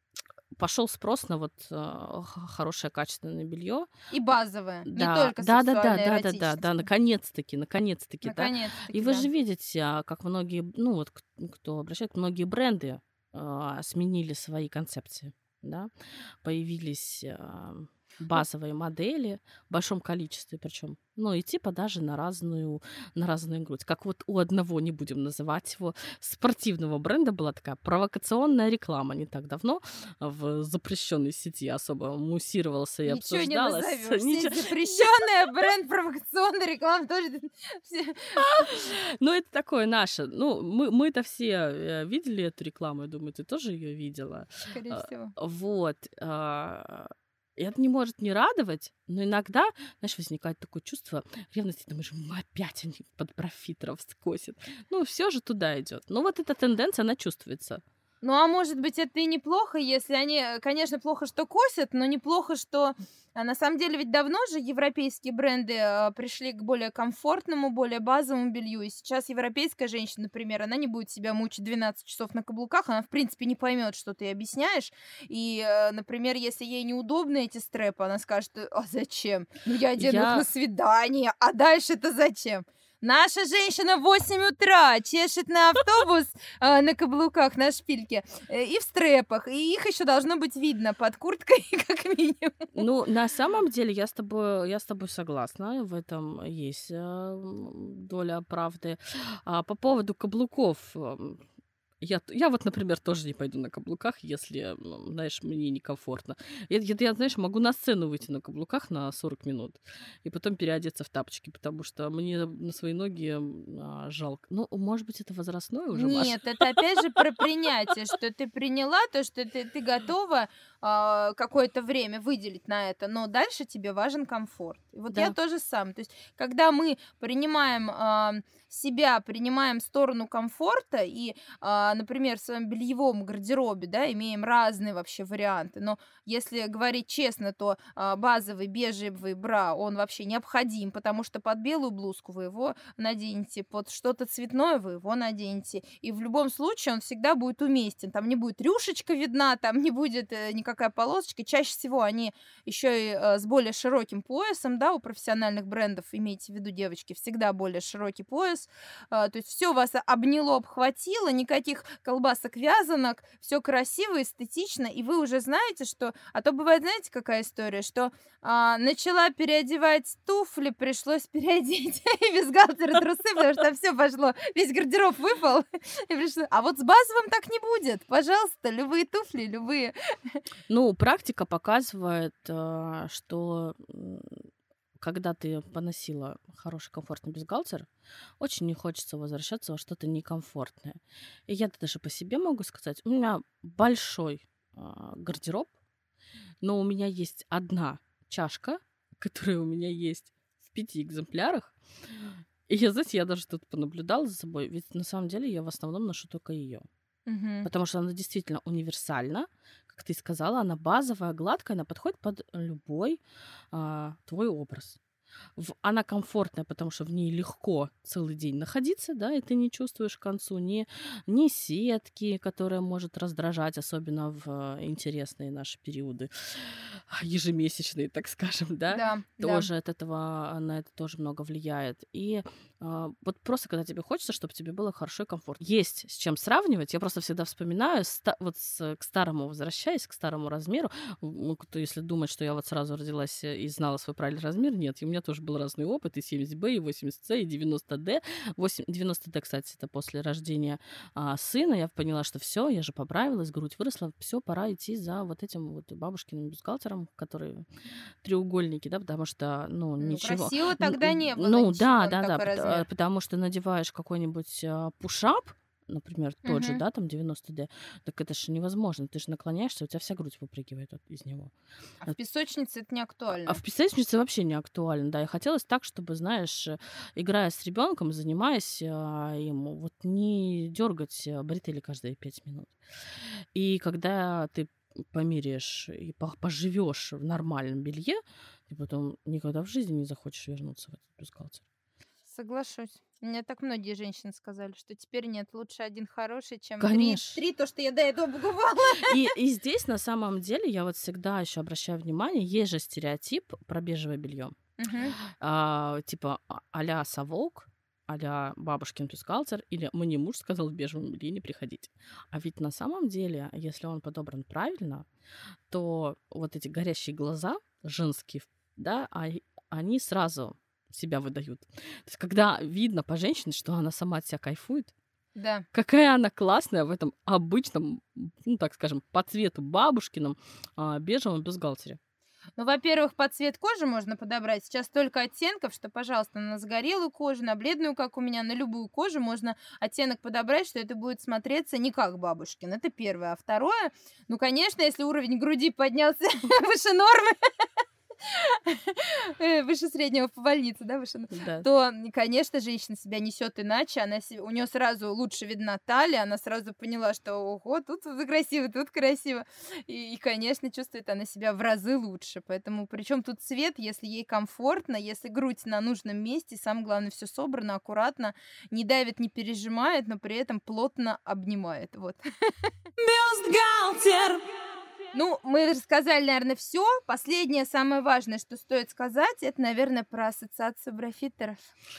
пошел спрос на вот а, х- хорошее качественное белье. И базовое, не Да, только да, да, да, сексуальное, да, да, да, да, эротическое. наконец-таки, наконец-таки, да. И Наконец-таки, вы да. же видите, а, как многие, ну вот к- кто обращает, многие бренды а, сменили свои концепции, да, появились а, Ну, базовые модели в большом количестве, причем, ну и типа даже на разную, на разную грудь. Как вот у одного, не будем называть его, спортивного бренда была такая провокационная реклама не так давно в запрещенной сети особо муссировался и ничего не обсуждалось. назовешь. Ничего. Сеть запрещенная, бренд провокационной рекламы тоже. все- Ну, это такое наше. Ну, мы, мы-то все э, видели эту рекламу, я думаю, ты тоже ее видела. Скорее А, всего. Вот. а, И это не может не радовать, но иногда, знаешь, возникает такое чувство ревности. Думаешь, «М, опять они под профитеров скосят. Ну, все же туда идет. Ну, вот эта тенденция, она чувствуется. Ну, а может быть, это и неплохо, если они, э, конечно, плохо, что косят, но неплохо, что а, на самом деле ведь давно же европейские бренды а, пришли к более комфортному, более базовому белью. И сейчас европейская женщина, например, она не будет себя мучить двенадцать часов на каблуках, она, в принципе, не поймет, что ты объясняешь. И, э, например, если ей неудобны эти стрэпы, она скажет, а зачем? Ну, я одену их Я на свидание, а дальше-то зачем? Наша женщина в восемь утра чешет на автобус э, на каблуках, на шпильке э, и в стрепах. И их еще должно быть видно под курткой, как минимум. Ну, на самом деле, я с тобой, я с тобой согласна. В этом есть э, м, доля правды. А по поводу каблуков. эм, Я, т- я вот, например, тоже не пойду на каблуках, если, м, знаешь, мне некомфортно. Я, я, я, знаешь, могу на сцену выйти на каблуках на сорок минут и потом переодеться в тапочки, потому что мне на свои ноги м, а, жалко. Ну, может быть, это возрастное уже, Маш? Нет, это опять же про принятие, что ты приняла то, что ты, ты готова а, какое-то время выделить на это, но дальше тебе важен комфорт. И вот я Да. тоже сам. То есть, когда мы принимаем а, себя, принимаем сторону комфорта и, а, например, в своем бельевом гардеробе, да, имеем разные вообще варианты, но если говорить честно, то а, базовый бежевый бра, он вообще необходим, потому что под белую блузку вы его наденете, под что-то цветное вы его наденете. И в любом случае он всегда будет уместен. Там не будет рюшечка видна, там не будет э, никакая полосочка. Чаще всего они еще и э, с более широким поясом, да, у профессиональных брендов, имейте в виду, девочки, всегда более широкий пояс. А, то есть все вас обняло, обхватило, никаких колбасок, вязанок, все красиво, эстетично, и вы уже знаете, что... А то бывает, знаете, какая история, что а, начала переодевать туфли, пришлось переодеть и бюстгальтер, трусы, потому что все пошло, весь гардероб выпал. И пришло. А вот с базовым так не будет. Пожалуйста, любые туфли, любые. Ну, практика показывает, а, что м, когда ты поносила хороший комфортный бюстгальтер, очень не хочется возвращаться во что-то некомфортное. И я даже по себе могу сказать, у меня большой а, гардероб, но у меня есть одна чашка, которая у меня есть в пяти экземплярах. И я, знаете, я даже тут понаблюдала за собой, ведь на самом деле я в основном ношу только ее. Мгм. Потому что она действительно универсальна, как ты сказала, она базовая, гладкая, она подходит под любой а, твой образ. В- она комфортная, потому что в ней легко целый день находиться, да, и ты не чувствуешь к концу ни, ни сетки, которая может раздражать, особенно в а, интересные наши периоды, ежемесячные, так скажем, да, Да, да. тоже от этого, а, на это тоже много влияет. И а, вот просто когда тебе хочется, чтобы тебе было хорошо и комфортно. Есть с чем сравнивать. Я просто всегда вспоминаю, ста- вот с- к старому возвращаясь, к старому размеру. Ну, кто если думает, что я вот сразу родилась э, и знала свой правильный размер, нет. И у меня тоже был разный опыт, и семьдесят бэ, и восемьдесят цэ, и девяносто дэ. восемь девяносто дэ, кстати, это после рождения а, сына. Я поняла, что все, я же поправилась, грудь выросла, все, пора идти за вот этим вот бабушкиным бюстгальтером, который треугольники, да, потому что, ну, Ну, ничего. красиво Н- тогда н- не было Ну, ничего да, на да, да, такой пот- а, размер. потому что надеваешь какой-нибудь а, пушап, например, тот же, Мгм. да, там девяносто дэ, так это же невозможно. Ты же наклоняешься, у тебя вся грудь выпрыгивает от- из него. А А в песочнице это не а актуально. в песочнице вообще не актуально, да. И хотелось так, чтобы, знаешь, э, играя с ребенком, занимаясь а, ему, вот не дергать а, бретели каждые пять минут. И когда ты померяешь и по- поживешь в нормальном белье, ты потом никогда в жизни не захочешь вернуться в этот бюстгальтер. Соглашусь. Мне так многие женщины сказали, что теперь нет, лучше один хороший, чем три, Конечно. три то, что я до этого покупала. И, и здесь на самом деле я вот всегда еще обращаю внимание, есть же стереотип про бежевое белье. Мгм. А, типа а- а-ля совок, а-ля бабушкин бюстгальтер, или мне муж сказал в бежевом белье не приходить. А ведь на самом деле, если он подобран правильно, то вот эти горящие глаза женские, да, а- они сразу себя выдают. То есть когда видно по женщине, что она сама от себя кайфует, Да. какая она классная в этом обычном, ну, так скажем, по цвету бабушкином а, бежевом бюстгальтере. Ну, во-первых, под цвет кожи можно подобрать. Сейчас столько оттенков, что, пожалуйста, на загорелую кожу, на бледную, как у меня, на любую кожу можно оттенок подобрать, что это будет смотреться не как бабушкин. Это первое. А второе, ну, конечно, если уровень груди поднялся выше нормы, э, выше среднего по больнице, да, выше, н- Да. то, м, конечно, женщина себя несет иначе, она се- у нее сразу лучше видна талия, она сразу поняла, что ого, тут красиво, тут красиво, и, и, конечно, чувствует она себя в разы лучше, поэтому причем тут цвет, если ей комфортно, если грудь на нужном месте, самое главное, все собрано, аккуратно, не давит, не пережимает, но при этом плотно обнимает, вот. Бюстгальтер. Ну, мы рассказали, наверное, все. Последнее, самое важное, что стоит сказать, это, наверное, про ассоциацию брафитеров.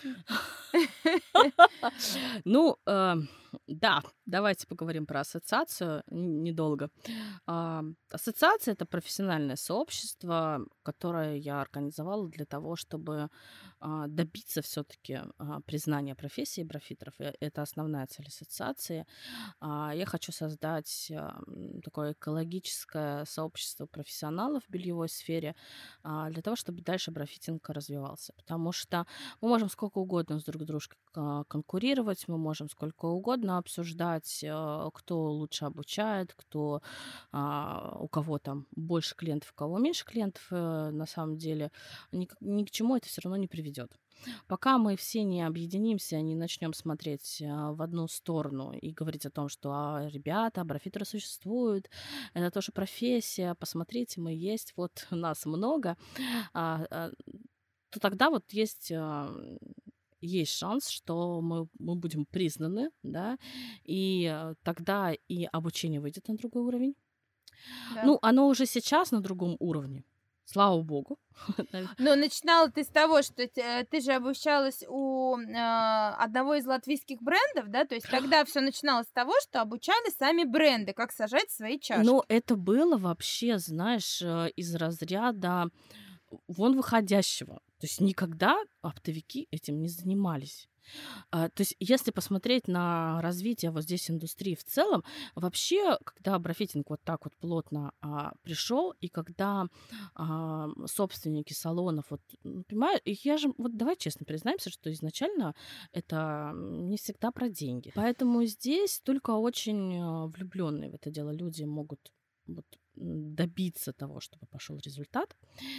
Ну, э, да, давайте поговорим про ассоциацию н- недолго. А, Ассоциация — это профессиональное сообщество, которое я организовала для того, чтобы а, добиться все-таки признания профессии брафитеров. И это основная цель ассоциации. А, Я хочу создать а, м, такое экологическое сообщество профессионалов в бельевой сфере а, для того, чтобы дальше брафитинг развивался. Потому что мы можем сколько угодно с друг дружкой а, конкурировать, мы можем сколько угодно обсуждать, а, кто лучше обучает, кто, а, у кого там больше клиентов, у кого меньше клиентов. э, На самом деле ни, к ни к чему это все равно не приведет. Пока мы все не объединимся, не начнем смотреть а, в одну сторону и говорить о том, что а, ребята, брафитеры существуют, это тоже профессия, посмотрите, мы есть, вот нас много, а, а, то тогда вот есть а, есть шанс, что мы, мы будем признаны, да, и э, тогда и обучение выйдет на другой уровень. Да. Ну, оно уже сейчас на другом уровне, слава богу. Но начинала ты с того, что те- ты же обучалась у э, одного из латвийских брендов, да? То есть тогда все начиналось с того, что обучали сами бренды, как сажать свои чашки. Но это было вообще, знаешь, э, из разряда вон выходящего. То есть никогда оптовики этим не занимались. А, то есть, если посмотреть на развитие вот здесь индустрии в целом, вообще, когда брафитинг вот так вот плотно а, пришел, и когда а, собственники салонов, вот, м, понимаю, и я же, вот давай честно признаемся, что изначально это м, не всегда про деньги. Поэтому здесь только очень влюбленные в это дело люди могут вот, м, добиться того, чтобы пошел результат.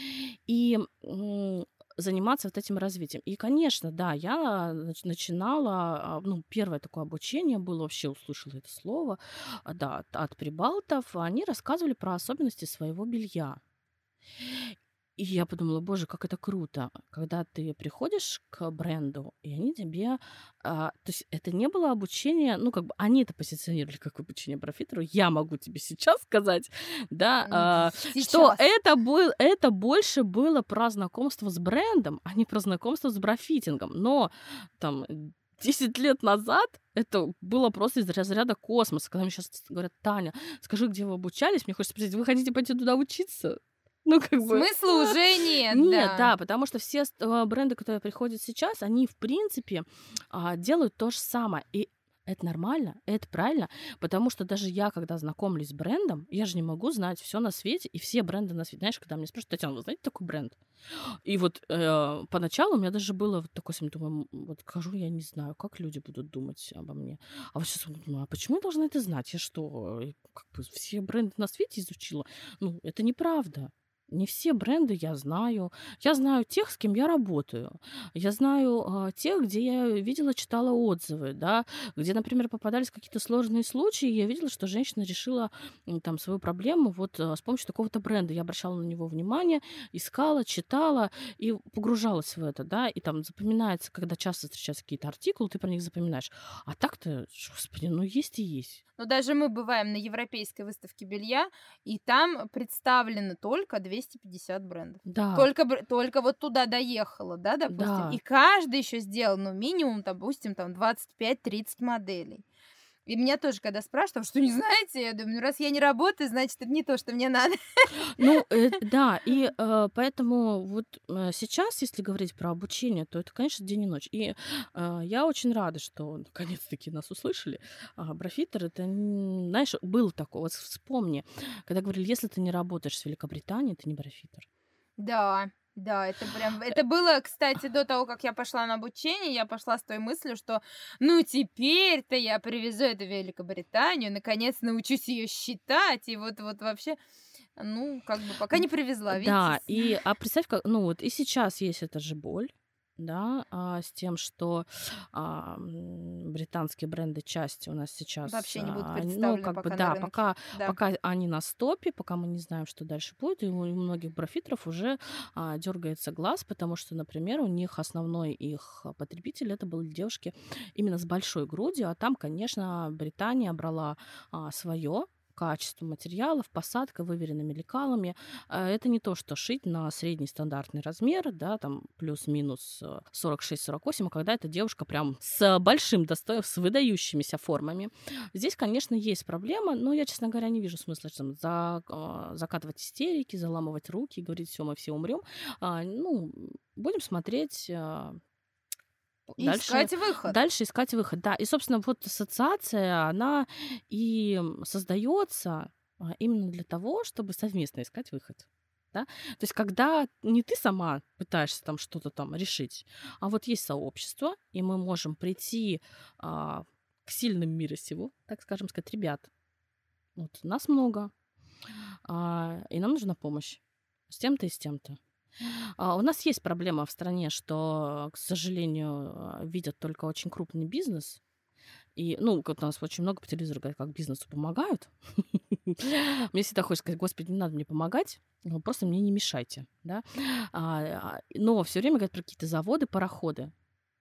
И м, заниматься вот этим развитием. И, конечно, да, я нач- начинала, а, ну, первое такое обучение было, вообще услышала это слово, а, да, от, от прибалтов. Они рассказывали про особенности своего белья. И я подумала, боже, как это круто, когда ты приходишь к бренду, и они тебе... а, то есть это не было обучение, ну, как бы они это позиционировали как обучение профитеру. Я могу тебе сейчас сказать, да, М, а, что Сейчас. это, был, это больше было про знакомство с брендом, а не про знакомство с брафитингом. Но там десять лет назад это было просто из разряда космоса. Когда мне сейчас говорят, Таня, скажи, где вы обучались, мне хочется спросить, вы хотите пойти туда учиться? Ну, как бы... Смысла уже нет, Нет, да. да, потому что все ст- э, бренды, которые приходят сейчас, они, в принципе, а, делают то же самое. И это нормально, это правильно, потому что даже я, когда знакомлюсь с брендом, я же не могу знать все на свете и все бренды на свете. Знаешь, когда меня спрашивают, Татьяна, вы знаете такой бренд? И вот э, поначалу у меня даже было вот такое, сим- думаю, м, вот хожу, я не знаю, как люди будут думать обо мне. А вот сейчас думаю, а почему я должна это знать? Я что, э, как бы все бренды на свете изучила? Ну, это неправда. Не все бренды я знаю. Я знаю тех, с кем я работаю. Я знаю а, тех, где я видела, читала отзывы, да, где, например, попадались какие-то сложные случаи, и я видела, что женщина решила м, там свою проблему вот а, с помощью такого-то бренда. Я обращала на него внимание, искала, читала и погружалась в это, да, и там запоминается, когда часто встречаются какие-то артикулы, ты про них запоминаешь. А так-то, господи, ну есть и есть. Но даже мы бываем на европейской выставке белья, и там представлено только двести пятьдесят брендов. Да, Только, бр- только вот туда доехала, да, допустим. да. И каждый еще сделал, ну, минимум, допустим, там двадцать пять тридцать моделей. И меня тоже, когда спрашивают, что не знаете, я думаю, ну, раз я не работаю, значит, это не то, что мне надо. Ну, э, да, и э, поэтому вот э, сейчас, если говорить про обучение, то это, конечно, день и ночь. И э, я очень рада, что наконец-таки нас услышали. А, брафитер, это, н- знаешь, был такой, вот вспомни, когда говорили, если ты не работаешь с Великобританией, ты не брафитер. Да, да, это прям... Это было, кстати, до того, как я пошла на обучение, я пошла с той мыслью, что ну теперь-то я привезу это в Великобританию, наконец научусь ее считать, и вот, вот вообще, ну, как бы пока не привезла, видите? Да, с- и а представь, как, ну вот и сейчас есть эта же боль, да, а, с тем, что а, м, британские бренды части у нас сейчас, Вообще не будут а, они- ну представлены как бы пока на да, рынке. пока Да. пока они на стопе, пока мы не знаем, что дальше будет, и у у многих брафитеров уже а, дергается глаз, потому что, например, у них основной их а, потребитель это были девушки именно с большой грудью, а там, конечно, Британия брала свое качеству материалов, посадка выверенными лекалами. Э, Это не то, что шить на средний стандартный размер, да, там плюс-минус э, сорок шесть сорок восемь, а когда эта девушка прям с большим достоинством, с выдающимися формами. Здесь, конечно, есть проблема, но я, честно говоря, не вижу смысла там, за, а, закатывать истерики, заламывать руки, говорить, все, мы все умрем. А, ну, будем смотреть а, И дальше, искать выход. дальше искать выход. Да, и, собственно, вот ассоциация, она и создается а, именно для того, чтобы совместно искать выход. Да? То есть, когда не ты сама пытаешься там что-то там решить, а вот есть сообщество, и мы можем прийти а, к сильным мира сего, так скажем, сказать, ребят, вот нас много, а, и нам нужна помощь с тем-то и с тем-то. А, у нас есть проблема в стране, что, к сожалению, а, видят только очень крупный бизнес. И, ну, вот у нас очень много по телевизору говорят, как бизнесу помогают. Мне всегда хочется сказать, господи, не надо мне помогать, ну, просто мне не мешайте, да. А, а, Но все время говорят про какие-то заводы, пароходы.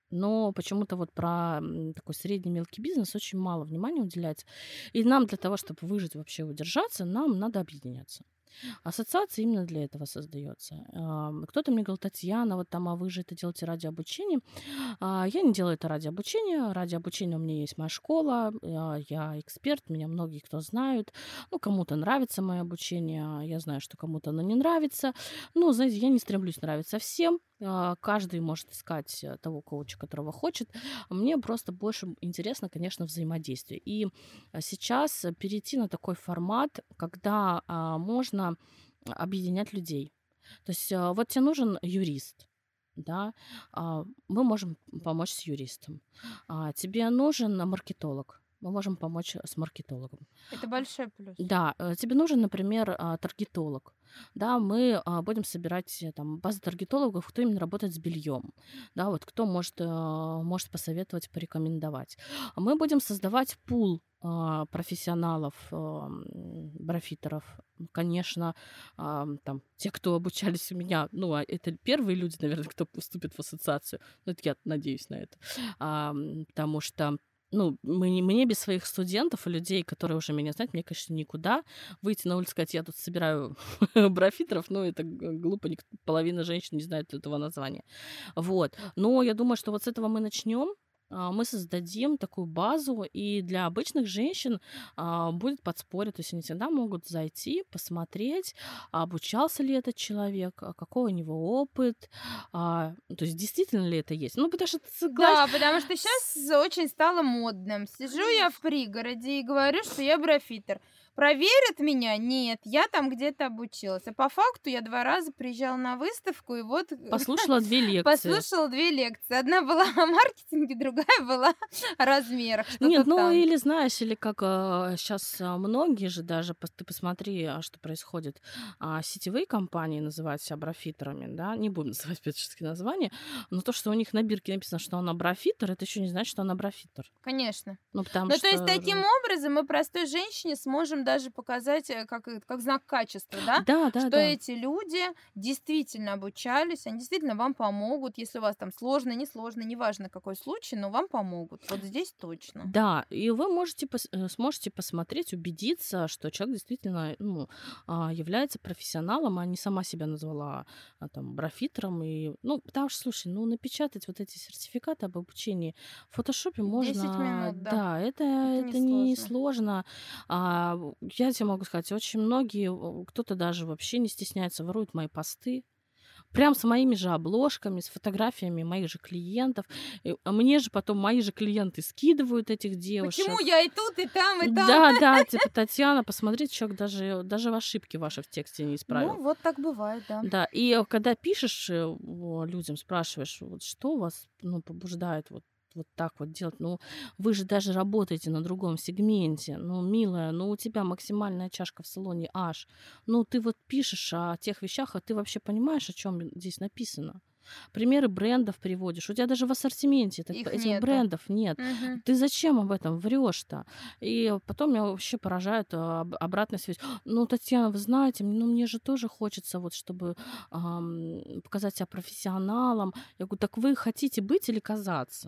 Но почему-то вот про м, такой средний мелкий бизнес очень мало внимания уделяется. И нам для того, чтобы выжить, вообще удержаться, нам надо объединяться. Ассоциация именно для этого создается. Ам, Кто-то мне говорил, Татьяна, вот там, а вы же это делаете ради обучения. А, Я не делаю это ради обучения. Ради обучения у меня есть моя школа, а, я эксперт, меня многие кто знают. Ну, кому-то нравится мое обучение, а я знаю, что кому-то оно не нравится. Ну, знаете, я не стремлюсь нравиться всем. А, Каждый может искать э, того коуча, которого хочет. Мне просто больше интересно, конечно, взаимодействие. И а, сейчас э, перейти на такой формат, когда а, можно объединять людей. То есть а, вот тебе нужен юрист, да, а, мы можем помочь с юристом. А, тебе нужен маркетолог, мы можем помочь с маркетологом. Это большой плюс. Да, э, тебе нужен, например, а, таргетолог. Да, мы а, будем собирать э, там базу таргетологов, кто именно работает с бельем. Да, вот кто может, э, может посоветовать, порекомендовать. А Мы будем создавать пул а, профессионалов, ам, брафитеров. Конечно, ам, там, те, кто обучались у меня, ну, а это первые люди, наверное, кто поступит в ассоциацию. Ну, это я надеюсь на это. Ам, потому что ну, мне, мне без своих студентов и людей, которые уже меня знают, мне, конечно, никуда. Выйти на улицу и сказать, я тут собираю брафитеров, ну, это г- глупо, ник- половина женщин не знает этого названия. Вот. Но я думаю, что вот с этого мы начнем. а, Мы создадим такую базу, и для обычных женщин а, будет подспорье. То есть они всегда могут зайти, посмотреть, а обучался ли этот человек, а какой у него опыт, а, то есть действительно ли это есть. Ну, потому что, ты Да, согласен, потому что сейчас очень стало модным. Сижу я в пригороде и говорю, что я брафитер. Проверят меня? Нет, я там где-то обучилась. А по факту я два раза приезжала на выставку, и вот послушала две лекции. послушала две лекции. Одна была о маркетинге, другая была о размерах, Нет, что-то ну там. или знаешь, или как сейчас многие же даже, пос- ты посмотри, а, что происходит, а, сетевые компании называют себя брафитерами, да, не будем называть специфические названия, но то, что у них на бирке написано, что она брафитер, это еще не значит, что она брафитер. Конечно. Ну, потому Ну, то есть что... таким образом мы простой женщине сможем даже показать, э, как, э, как знак качества, да, Да, да, что да. эти люди действительно обучались, они действительно вам помогут, если у вас там сложно, несложно, неважно какой случай, но вам помогут. Вот здесь точно. Да, и вы можете пос- э, сможете посмотреть, убедиться, что человек действительно ну, а, является профессионалом, а не сама себя назвала а, там брафитером. И, ну, потому что, слушай, ну, напечатать вот эти сертификаты об обучении в фотошопе десять можно, минут, да. да, это, Это это не несложно. сложно. А, я тебе могу сказать, очень многие, о, кто-то даже вообще не стесняется, ворует мои посты. Прям с моими же обложками, с фотографиями моих же клиентов. И, а мне же потом мои же клиенты скидывают этих девушек. Почему я и тут, и там, и там? Да, да, типа, Татьяна, посмотрите, человек даже, даже в ошибки ваши в тексте не исправил. Ну, вот так бывает, да. Да, и э, когда пишешь э, о, людям, спрашиваешь, вот что вас ну, побуждает вот, вот так вот делать, ну, вы же даже работаете на другом сегменте, ну, милая, ну, у тебя максимальная чашка в салоне аж, ну, ты вот пишешь о тех вещах, а ты вообще понимаешь, о чем здесь написано? Примеры брендов приводишь. У тебя даже в ассортименте так- Их этих нету. брендов нет. Мгм. Ты зачем об этом врешь-то? И потом меня вообще поражает а, об- обратная связь. Ну, Татьяна, вы знаете, ну, мне же тоже хочется, вот, чтобы ам, показать себя профессионалом. Я говорю, так вы хотите быть или казаться?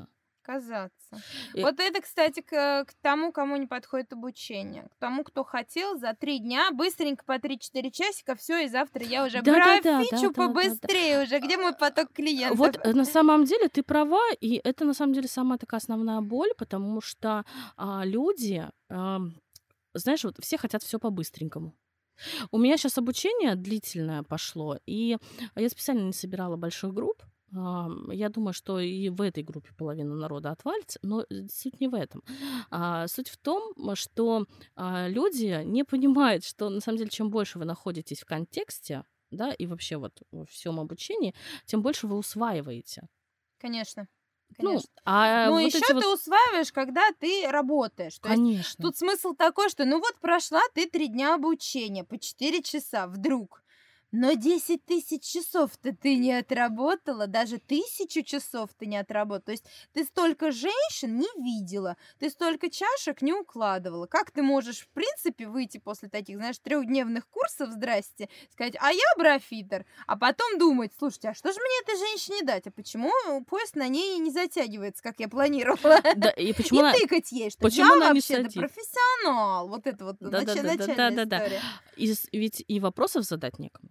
казаться. И Вот это, кстати, к, к тому, кому не подходит обучение. К тому, кто хотел за три дня быстренько по три-четыре часика, все, и завтра я уже да-да-да, графичу да-да-да-да. побыстрее уже. Где мой поток клиентов? Вот э, на самом деле ты права, и это на самом деле самая такая основная боль, потому что а, люди, ам, знаешь, вот все хотят все по-быстренькому. У меня сейчас обучение длительное пошло, и я специально не собирала больших групп. Ам, Я думаю, что и в этой группе половина народа отвалится, но э, суть не в этом. А, Суть в том, м, что а, люди не понимают, что на самом деле чем больше вы находитесь в контексте, да, и вообще вот во всем обучении, тем больше вы усваиваете. Конечно, Ну, конечно. а Ну, вот еще эти вот, ты усваиваешь, когда ты работаешь. То есть конечно. тут смысл такой, что ну вот прошла ты три дня обучения по четыре часа вдруг. Но десять тысяч часов-то ты не отработала, даже тысячу часов ты не отработала. То есть ты столько женщин не видела, ты столько чашек не укладывала. Как ты можешь, в принципе, выйти после таких, знаешь, трехдневных курсов, здрасте, сказать, а я брафитер, а потом думать, слушайте, а что же мне этой женщине дать? А почему поезд на ней не затягивается, как я планировала? Да, и почему И она, тыкать ей, что почему я она не вообще-то садится? профессионал. Вот это вот нач- начальная Да-да-да-да-да-да-да. история. И с- ведь и вопросов задать некому.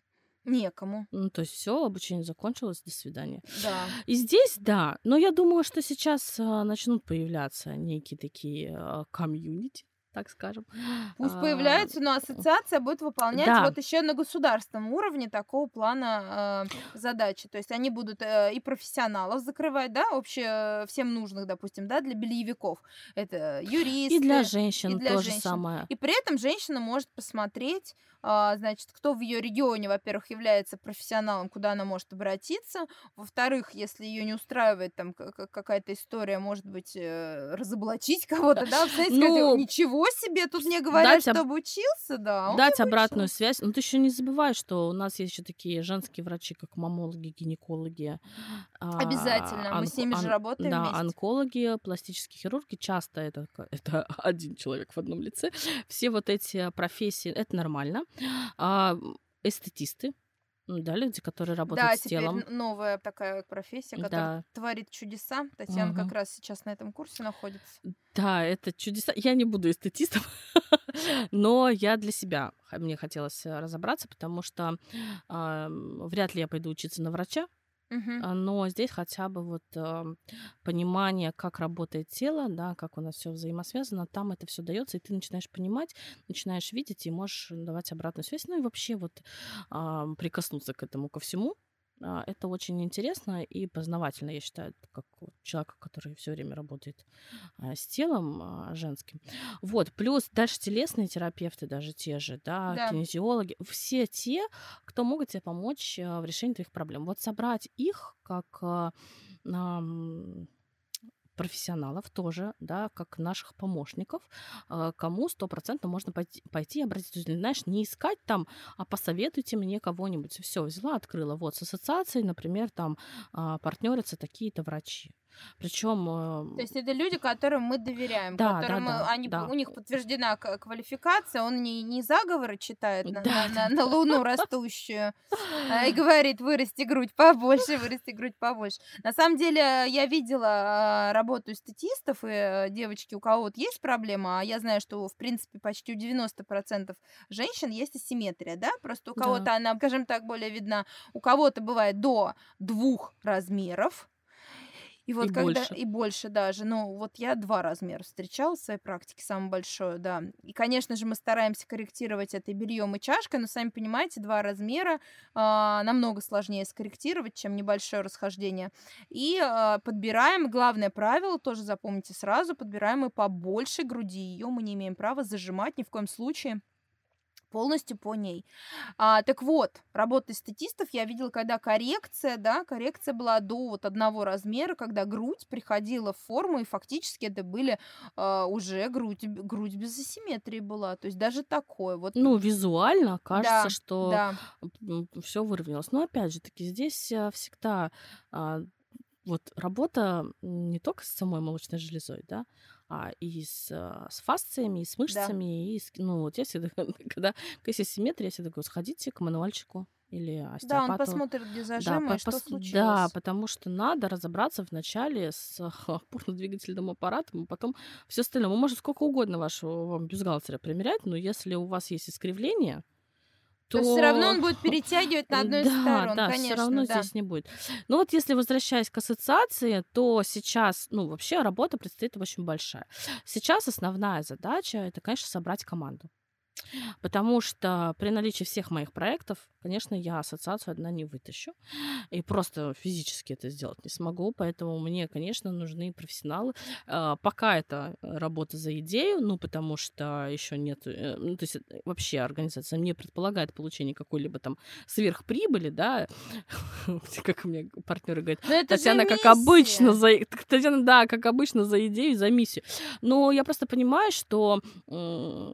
Некому, Ну, то есть все, обучение закончилось, до свидания. да. И здесь, да, но я думаю, что сейчас а, начнут появляться некие такие а, комьюнити, так скажем. Пусть А, появляются, но ассоциация будет выполнять Да, вот еще на государственном уровне такого плана э, задачи. То есть они будут э, и профессионалов закрывать, да, вообще всем нужных, допустим, да, для бельевиков. Это и для юристы, и женщин для то же женщин. самое. И при этом женщина может посмотреть, а, значит, кто в ее регионе, во-первых, является профессионалом, куда она может обратиться. Во-вторых, если ее не устраивает там к- к- какая-то история, может быть, э, разоблачить кого-то, да, представляете, сказать, Ну, ничего себе, тут с- мне говорят, дать, об- что обучился, да, он дать не обратную обучился. связь. Но ты еще не забывай, что у нас есть еще такие женские врачи, как мамологи, гинекологи, а, Обязательно, мы с онко- ними же он- работаем да, вместе. онкологи, пластические хирурги. Часто это, ка- это один человек в одном лице. Все вот эти профессии, это нормально. А, м, эстетисты, м, да, люди, которые работают Да, с теперь телом. н- новая такая профессия, которая Да, творит чудеса. Татьяна как мгм. раз сейчас на этом курсе находится. Да, это чудеса. Я не буду эстетистом, но я для себя, х- мне хотелось э, разобраться, потому что а, м, вряд ли я пойду учиться на врача. Мгм. А, Но здесь хотя бы вот ам, понимание, как работает тело, да, как у нас все взаимосвязано, там это все дается, и ты начинаешь понимать, начинаешь видеть и можешь давать обратную связь. Ну и вообще вот ам, прикоснуться к этому ко всему. А, Это очень интересно и познавательно, я считаю, как вот человека, который все время работает а, с телом а, женским. Вот, плюс дальше телесные терапевты, даже те же, да, Да. кинезиологи, все те, кто могут тебе помочь а, в решении твоих проблем. Вот собрать их как а, ам, профессионалов тоже, да, как наших помощников, а, кому стопроцентно можно пойти, пойти и обратиться. То есть, знаешь, не искать там, а посоветуйте мне кого-нибудь. Все, взяла, открыла. Вот, с ассоциацией, например, там партнерятся такие-то врачи. Причем, То есть это люди, которым мы доверяем, да, да, которым э, да, они, да, у них подтверждена к- квалификация, он не, не заговоры читает на, да, на, на, да, на луну растущую а, и говорит, вырасти грудь побольше, вырасти грудь побольше. На самом деле э, я видела а, работу эстетистов, и э, девочки, у кого вот есть проблема, а я знаю, что в принципе почти у девяноста процентов женщин есть асимметрия, да, просто у да. кого-то она, скажем так, более видна, у кого-то бывает до двух размеров, и И вот когда больше. и больше даже, ну, вот я два размера встречала в своей практике, самое большое, да. И, конечно же, мы стараемся корректировать это и бельем, и чашкой, но, сами понимаете, два размера а, намного сложнее скорректировать, чем небольшое расхождение. И а, подбираем, главное правило, тоже запомните сразу, подбираем мы побольше груди. Ее мы не имеем права зажимать ни в коем случае полностью по ней. А, так вот, работа эстетистов я видела, когда коррекция, да, коррекция была до вот одного размера, когда грудь приходила в форму, и фактически это были а, уже грудь, б- грудь без асимметрии была. То есть даже такое. Вот, Ну, визуально кажется, да, что да. все выровнялось. Но опять же таки, здесь а, всегда а, вот работа м, не только с самой молочной железой, да, а и с, а, с фасциями, и с Да. мышцами, и с, ну, вот я всегда, когда, когда есть асимметрия, я всегда говорю, сходите к мануальщику. или Да, он остеопату. посмотрит, где Да, зажимы по- и что пос- да, случилось. потому что надо разобраться вначале с опорно-двигательным аппаратом, а потом все остальное. Мы можем сколько угодно вашего вам бюстгальтера примерять, но если у вас есть искривление, То есть все равно то он будет перетягивать на одной из да, сторон, да, все конечно, равно да. здесь не будет. Но вот если возвращаясь к ассоциации, то сейчас, ну, вообще работа предстоит очень большая. Сейчас основная задача — это, конечно, собрать команду. Потому что при наличии всех моих проектов, конечно, я ассоциацию одна не вытащу. И просто физически это сделать не смогу. Поэтому мне, конечно, нужны профессионалы. А, Пока это э, работа за идею, ну, потому что еще нет... э, Ну, то есть э, вообще организация не предполагает получение какой-либо там сверхприбыли, да. Как у меня партнеры говорят, Но это же Татьяна, как обычно, миссия. за... Татьяна, да, как обычно, за идею, за миссию. Но я просто понимаю, что м,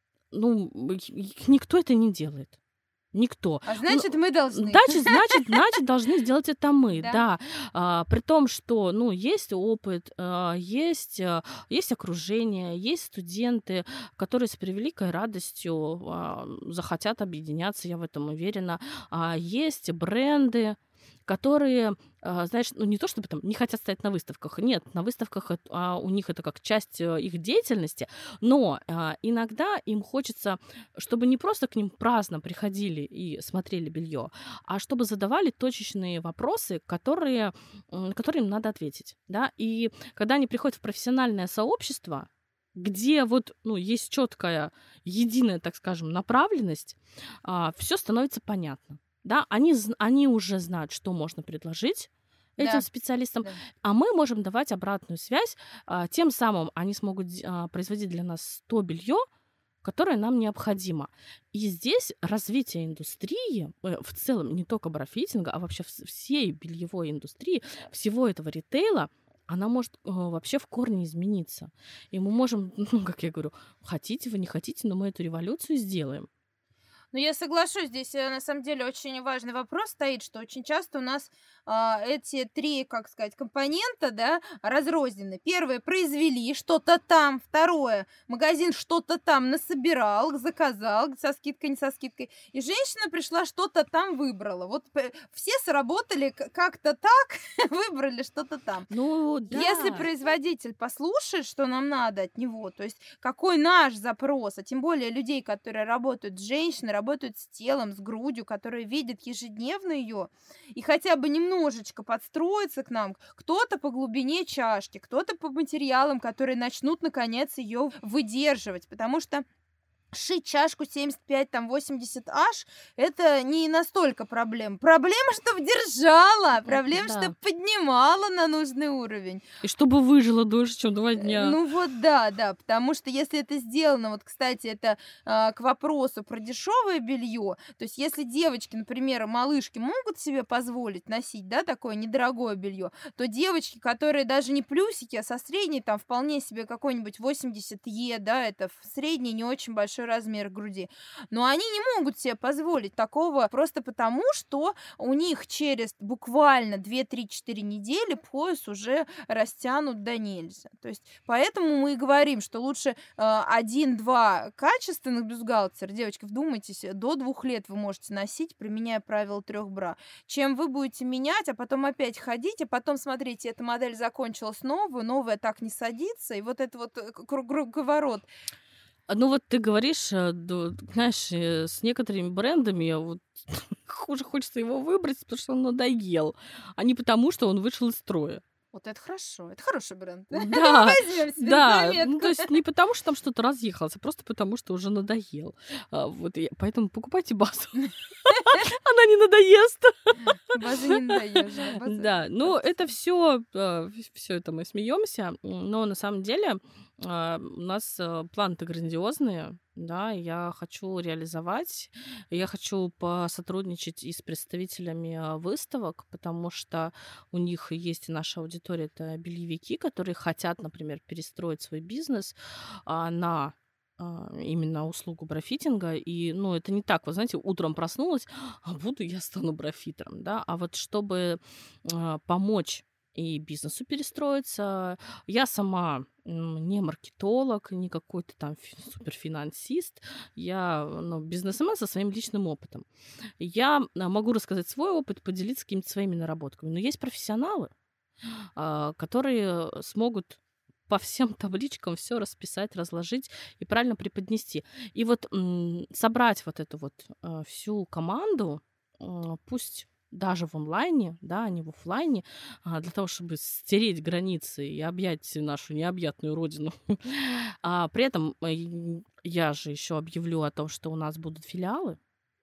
ну, их никто это не делает. Никто. А Ну, значит, мы должны. значит, значит, значит, должны сделать это мы, Да. да. А, при том, что, ну, есть опыт, а, есть, а, есть окружение, есть студенты, которые с превеликой радостью а, захотят объединяться, я в этом уверена. А, есть бренды, которые, а, знаешь, ну не то чтобы там не хотят стоять на выставках, нет, на выставках эт- а, у них это как часть э, их деятельности, но а, иногда им хочется, чтобы не просто к ним праздно приходили и смотрели белье, а чтобы задавали точечные вопросы, которые, м, на которые им надо ответить, да, и когда они приходят в профессиональное сообщество, где вот, ну, есть четкая, единая, так скажем, направленность, все становится понятно. Да, они, зн- они уже знают, что можно предложить этим Да, специалистам, да. а мы можем давать обратную связь. а, Тем самым они смогут д- а, производить для нас то белье, которое нам необходимо. И здесь развитие индустрии, э, в целом не только брафитинга, а вообще вс- всей бельевой индустрии, всего этого ритейла, она может э, вообще в корне измениться. И мы можем, ну, как я говорю, хотите вы, не хотите, но мы эту революцию сделаем. Ну, я соглашусь, здесь э, на самом деле очень важный вопрос стоит, что очень часто у нас а, эти три, как сказать, компонента, да, разрознены. Первое, произвели что-то там. Второе, магазин что-то там насобирал, заказал, со скидкой, не со скидкой. И женщина пришла, что-то там выбрала. Вот п- все сработали к- как-то так, выбрали что-то там. Ну, Если да. производитель послушает, что нам надо от него, то есть какой наш запрос, а тем более людей, которые работают с женщиной, работают с телом, с грудью, которые видят ежедневно ее, и хотя бы немножечко подстроиться к нам, кто-то по глубине чашки, кто-то по материалам, которые начнут наконец ее выдерживать, потому что шить чашку семьдесят пять, там, восемьдесят аш — это не настолько проблема. Проблема, чтобы держала, М, проблема, Да. чтобы поднимала на нужный уровень. И чтобы выжило дольше, чем два Э, дня. Ну вот да, да, потому что если это сделано, вот, кстати, это а, к вопросу про дешевое белье, то есть если девочки, например, малышки могут себе позволить носить, да, такое недорогое белье, то девочки, которые даже не плюсики, а со средней, там, вполне себе какой-нибудь восемьдесят е, да, это в средний не очень большой размер груди, но они не могут себе позволить такого просто потому, что у них через буквально две-три-четыре недели пояс уже растянут до нельзя. То есть поэтому мы и говорим, что лучше а, один-два качественных бюстгальтера, девочки, вдумайтесь, э, до двух лет вы можете носить, применяя правило трех бра, чем вы будете менять, а потом опять ходить, а потом, смотрите, эта модель закончилась новую, новая так не садится, и вот это вот э, к- круг- круговорот. А, Ну вот ты говоришь, э, ду- знаешь, э, с некоторыми брендами вот хуже хочется его выбрать, потому что он надоел, а не потому, что он вышел из строя. Вот это хорошо, это хороший бренд. Да, Возьмем себе на да, ну заметку. то есть не потому, что там что-то разъехалось, а просто потому, что уже надоел. А, Вот, и поэтому покупайте базу. Она не надоест. База не надоешь, да, база. Да, ну это все, все это мы смеемся, но на самом деле а, у нас а, планы-то грандиозные, да, и я хочу реализовать, я хочу посотрудничать и с представителями а, выставок, потому что у них есть и наша аудитория, это бельевики, которые хотят, например, перестроить свой бизнес а, на а, именно услугу брафитинга. И, ну, это не так, вы знаете, утром проснулась, а буду я стану брафитером, да, а вот чтобы а, помочь и бизнесу перестроиться. Я сама м, не маркетолог, не какой-то там фи- суперфинансист. Я ну, бизнесмен со своим личным опытом. Я а, могу рассказать свой опыт, поделиться какими-то своими наработками. Но есть профессионалы, а, которые смогут по всем табличкам все расписать, разложить и правильно преподнести. И вот м, собрать вот эту вот а, всю команду, а, пусть даже в онлайне, да, а не в оффлайне, а, для того, чтобы стереть границы и объять нашу необъятную родину. А при этом э, й- я же еще объявлю о том, что у нас будут филиалы.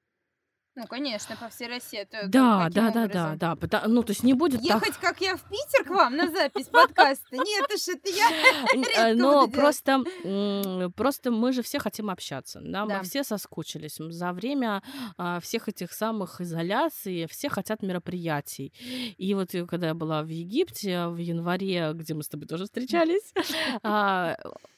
Ну, конечно, по всей России. Это как- Да, каким да, да, да, образом? да. пота- Ну, то есть не будет так. Ехать, как я, в Питер к вам на запись подкаста? Нет уж, это я Н- э, редко Но буду делать. просто, м, просто мы же все хотим общаться, да, мы Да. все соскучились. М, За время а, всех этих самых изоляций все хотят мероприятий. И вот э, когда я была в Египте в январе, где мы с тобой тоже встречались, а,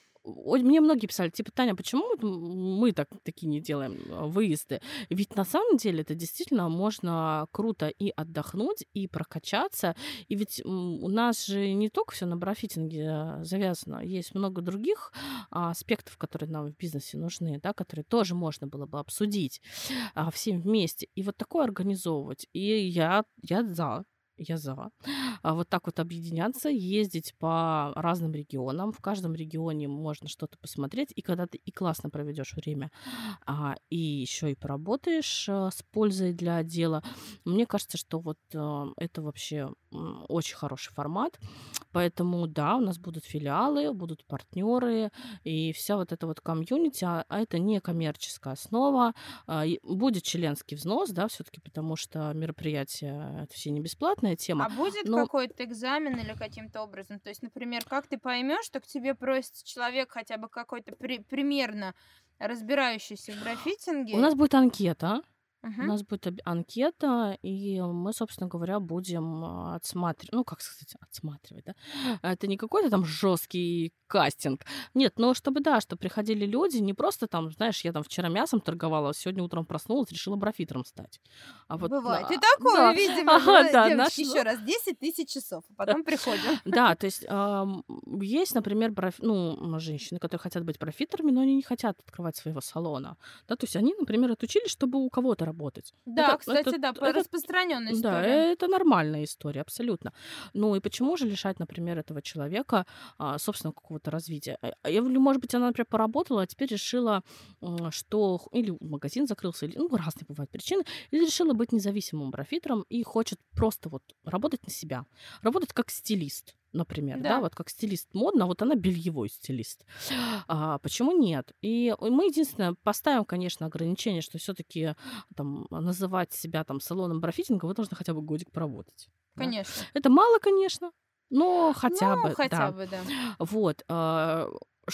ой, мне многие писали, типа, Таня, почему вот м- мы так, такие не делаем а, выезды? Ведь на самом деле это действительно можно круто и отдохнуть, и прокачаться. И ведь м, у нас же не только все на брафитинге а, завязано, есть много других а, аспектов, которые нам в бизнесе нужны, да, которые тоже можно было бы обсудить а, всем вместе. И вот такое организовывать. И я, я за. Я за. А вот так вот объединяться, ездить по разным регионам. В каждом регионе можно что-то посмотреть. И когда ты и классно проведешь время, а, и еще и поработаешь а, с пользой для дела, мне кажется, что вот а, это вообще м, очень хороший формат. Поэтому да, у нас будут филиалы, будут партнеры и вся вот эта вот комьюнити, а а это не коммерческая основа. А, и будет членский взнос, да, все-таки, потому что мероприятия это все не бесплатная тема. А будет Но какой-то экзамен или каким-то образом? То есть, например, как ты поймешь, что к тебе просится человек хотя бы какой-то при- примерно разбирающийся в у граффитинге? нас будет анкета. У Мгм. нас будет об- анкета, и мы, собственно говоря, будем отсматривать, ну, как сказать, отсматривать, да? Это не какой-то там жесткий кастинг. Нет, но чтобы, да, чтобы приходили люди, не просто там, знаешь, я там вчера мясом торговала, а сегодня утром проснулась, решила брафитером стать. А вот, Бывает. И а, такое, да, видимо, ага, бывает, да, девочки, наш, еще раз, десять тысяч часов, а потом приходим. да, то есть ам, есть, например, проф- ну, м, женщины, которые хотят быть профитерами, но они не хотят открывать своего салона. Да, то есть они, например, отучились, чтобы у кого-то работать. Да, Это, кстати, это, да, это, распространенная да, история. это нормальная история, абсолютно. Ну и почему же лишать, например, этого человека а, собственного какого-то развития? А, а Или, может быть, она, например, поработала, а теперь решила, м, что х- или магазин закрылся, или, ну, разные бывают причины, или решила быть независимым профитером и хочет просто вот работать на себя, работать как стилист. Например, да, Да. вот как стилист модно, а вот она бельевой стилист. А, почему нет? И мы единственное поставим, конечно, ограничение, что все-таки там называть себя там салоном брафитинга вы должны хотя бы годик поработать. Да? Конечно. Это мало, конечно, но хотя Ну, бы, хотя да. бы, да. Вот, а,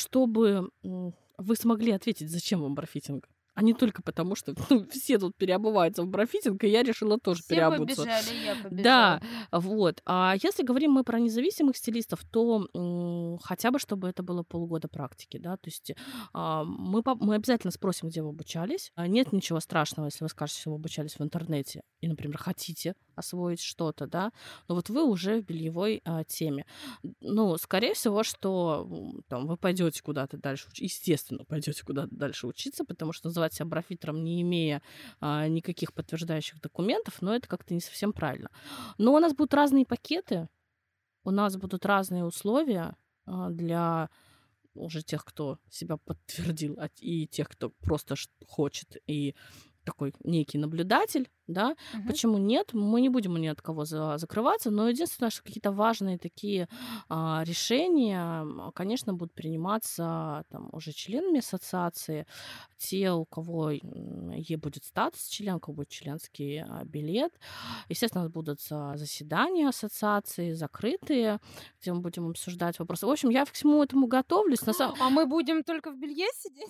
чтобы м, вы смогли ответить, зачем вам брафитинг. А не только потому, что ну, все тут переобуваются в брафитинг, и я решила тоже Все переобуться. побежали, я Да, побежала. вот. А если говорим мы про независимых стилистов, то м, хотя бы, чтобы это было полгода практики, да, то есть а, мы, по- мы обязательно спросим, где вы обучались. А Нет ничего страшного, если вы скажете, что вы обучались в интернете и, например, хотите освоить что-то, да, но вот вы уже в бельевой а, теме. Ну, скорее всего, что м, там, вы пойдете куда-то дальше, уч- естественно, пойдете куда-то дальше учиться, потому что называть себя брафитером, не имея а, никаких подтверждающих документов, но это как-то не совсем правильно. Но у нас будут разные пакеты, у нас будут разные условия а, для уже тех, кто себя подтвердил, а- и тех, кто просто ш- хочет, и такой некий наблюдатель, да, Мгм. почему нет, мы не будем ни от кого за- закрываться, но единственное, что какие-то важные такие а, решения, м, конечно, будут приниматься там уже членами ассоциации, те, у кого м, е будет статус член, у кого будет членский а, билет. Естественно, у нас будут а, заседания ассоциации закрытые, где мы будем обсуждать вопросы. В общем, я к всему этому готовлюсь. На самом... А мы будем только в белье сидеть?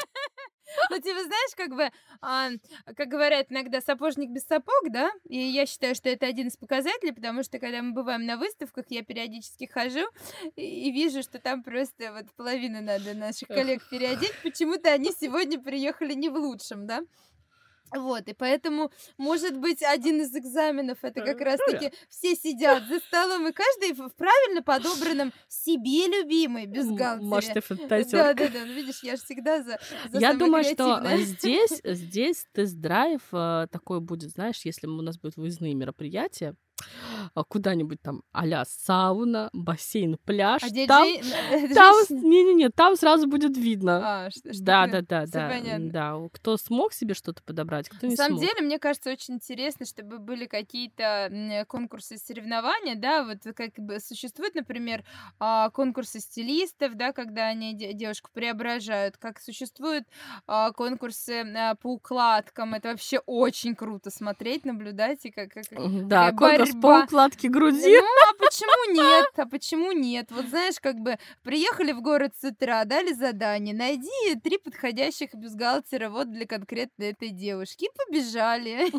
Ну, типа, знаешь, как бы, а, как говорят иногда, сапожник без сапог, да? И я считаю, что это один из показателей, потому что, когда мы бываем на выставках, я периодически хожу и, и вижу, что там просто вот половину надо наших Эх. коллег переодеть. Почему-то они сегодня приехали не в лучшем, да? Вот, и поэтому, может быть, один из экзаменов это как раз-таки все сидят за столом, и каждый в в правильно подобранном себе любимой М, бюстгальтере. Может, ты фантазерка. Да-да-да, ну видишь, я же всегда за, за Я самое думаю, что э, креативное. здесь, здесь тест-драйв э, такой будет, знаешь, если у нас будут выездные мероприятия, а, куда-нибудь там а-ля сауна, бассейн, пляж, А там, диджей... там, с- женщина... не-не-не, там сразу будет видно. А, что, что Да, прям да, да, все да, понятно. да. у- Кто смог себе что-то подобрать, кто На не самом смог. деле, мне кажется, очень интересно, чтобы были какие-то м, конкурсы, соревнования, да, вот как бы существует, например, а, конкурсы стилистов, да, когда они де- девушку преображают, как существуют а, конкурсы а, по укладкам, это вообще очень круто смотреть, наблюдать, и как, как- как М, такая Да, конкурс по борьба. укладке груди. Ну, а почему нет? А почему нет? Вот знаешь, как бы приехали в город с утра, дали задание, найди три подходящих бюстгальтера вот для конкретно этой девушки. И побежали.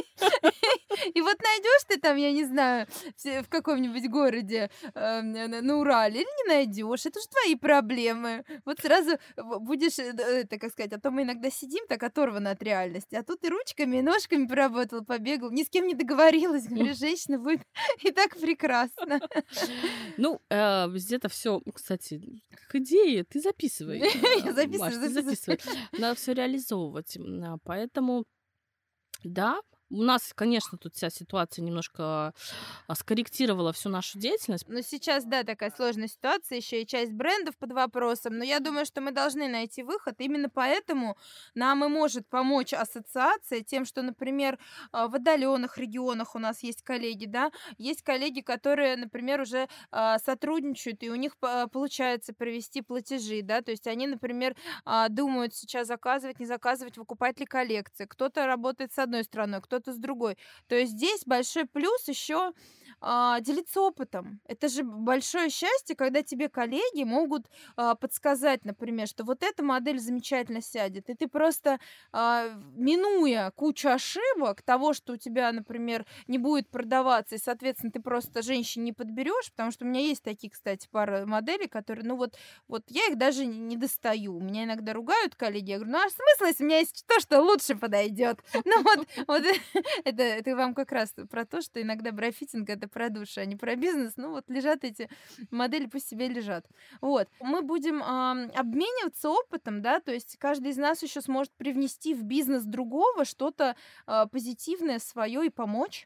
И вот найдешь ты там, я не знаю, в в каком-нибудь городе э, на на Урале или не найдешь, это же твои проблемы. Вот сразу в- будешь, э, д- это, как сказать, а то мы иногда сидим так оторваны от реальности, а тут и ручками, и ножками поработал, побегал, ни с кем не договорилась, говорю, женщина будет и так прекрасно. Ну, э, везде-то все, кстати, как идея, ты записывай, Я э, записываю, Маш, ты записываю. записывай. Надо все реализовывать. М, а, Поэтому, да, у нас, конечно, тут вся ситуация немножко а, скорректировала всю нашу деятельность. Но сейчас, да, такая сложная ситуация, еще и часть брендов под вопросом, но я думаю, что мы должны найти выход. Именно поэтому нам и может помочь ассоциация тем, что, например, а, в отдаленных регионах у нас есть коллеги, да, есть коллеги, которые, например, уже а, сотрудничают, и у них по- получается провести платежи, да, то есть они, например, а, думают сейчас заказывать, не заказывать, выкупать ли коллекции. Кто-то работает с одной стороной, кто-то с другой. То есть здесь большой плюс еще а, делиться опытом. Это же большое счастье, когда тебе коллеги могут а, подсказать, например, что вот эта модель замечательно сядет, и ты просто, а, минуя кучу ошибок того, что у тебя, например, не будет продаваться, и, соответственно, ты просто женщине не подберешь, потому что у меня есть такие, кстати, пара моделей, которые, ну вот, вот я их даже не не достаю. Меня иногда ругают коллеги, я говорю, ну а смысл, если у меня есть то, что лучше подойдет? Ну вот, вот это, это вам как раз про то, что иногда брафитинг это про душу, а не про бизнес. Ну вот лежат эти модели, пусть себе лежат. Вот. Мы будем ам, обмениваться опытом, да, то есть каждый из нас еще сможет привнести в бизнес другого что-то а, позитивное свое и помочь.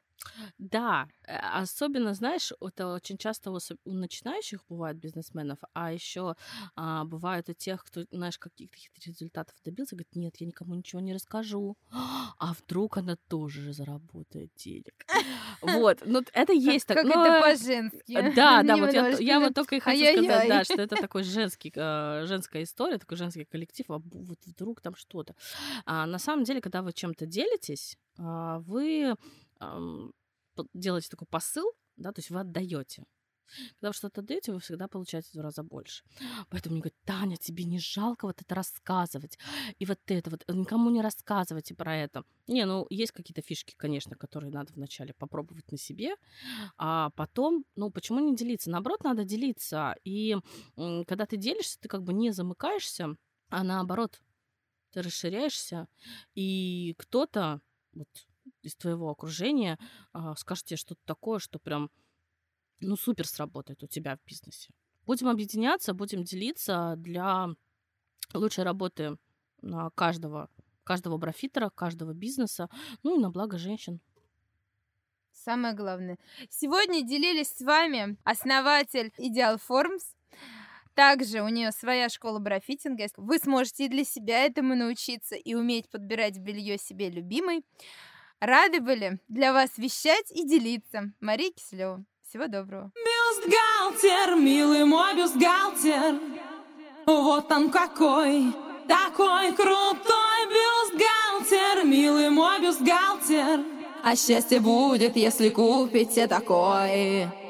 Да, э, особенно, знаешь, это очень часто у, особ- у начинающих бывает бизнесменов, а еще бывает у тех, кто, знаешь, каких-то результатов добился, говорит, нет, я никому ничего не расскажу, а вдруг она тоже же заработает денег. Вот, ну т- это Как, есть так, как но это э, по-женски. да, да, вот я, т- Немножко, я да. вот только и хочу сказать, Ай-яй-яй. да, что это такой женский, э, женская история, такой женский коллектив, а бу- вот вдруг там что-то. А на самом деле, когда вы чем-то делитесь, а, вы ам, п- делаете такой посыл, да, то есть вы отдаете. Когда вы что-то отдаете, вы всегда получаете в два раза больше. Поэтому мне говорят, Таня, тебе не жалко вот это рассказывать? И вот это вот, никому не рассказывайте про это. Не, ну, есть какие-то фишки, конечно, которые надо вначале попробовать на себе, а потом, ну, почему не делиться? Наоборот, надо делиться. И м, когда ты делишься, ты как бы не замыкаешься, а наоборот, ты расширяешься, и кто-то вот из твоего окружения а, скажет тебе что-то такое, что прям, ну, супер сработает у тебя в бизнесе. Будем объединяться, будем делиться для лучшей работы на каждого, каждого брафитера, каждого бизнеса, ну и на благо женщин. Самое главное. Сегодня делились с вами основатель Ideal Forms. Также у нее своя школа брафитинга. Вы сможете и для себя этому научиться, и уметь подбирать белье себе любимой. Рады были для вас вещать и делиться. Мария Киселева. Всего доброго. Бюстгальтер, милый мой бюстгальтер, вот он какой, такой крутой бюстгальтер, милый мой бюстгальтер. А счастье будет, если купите такой.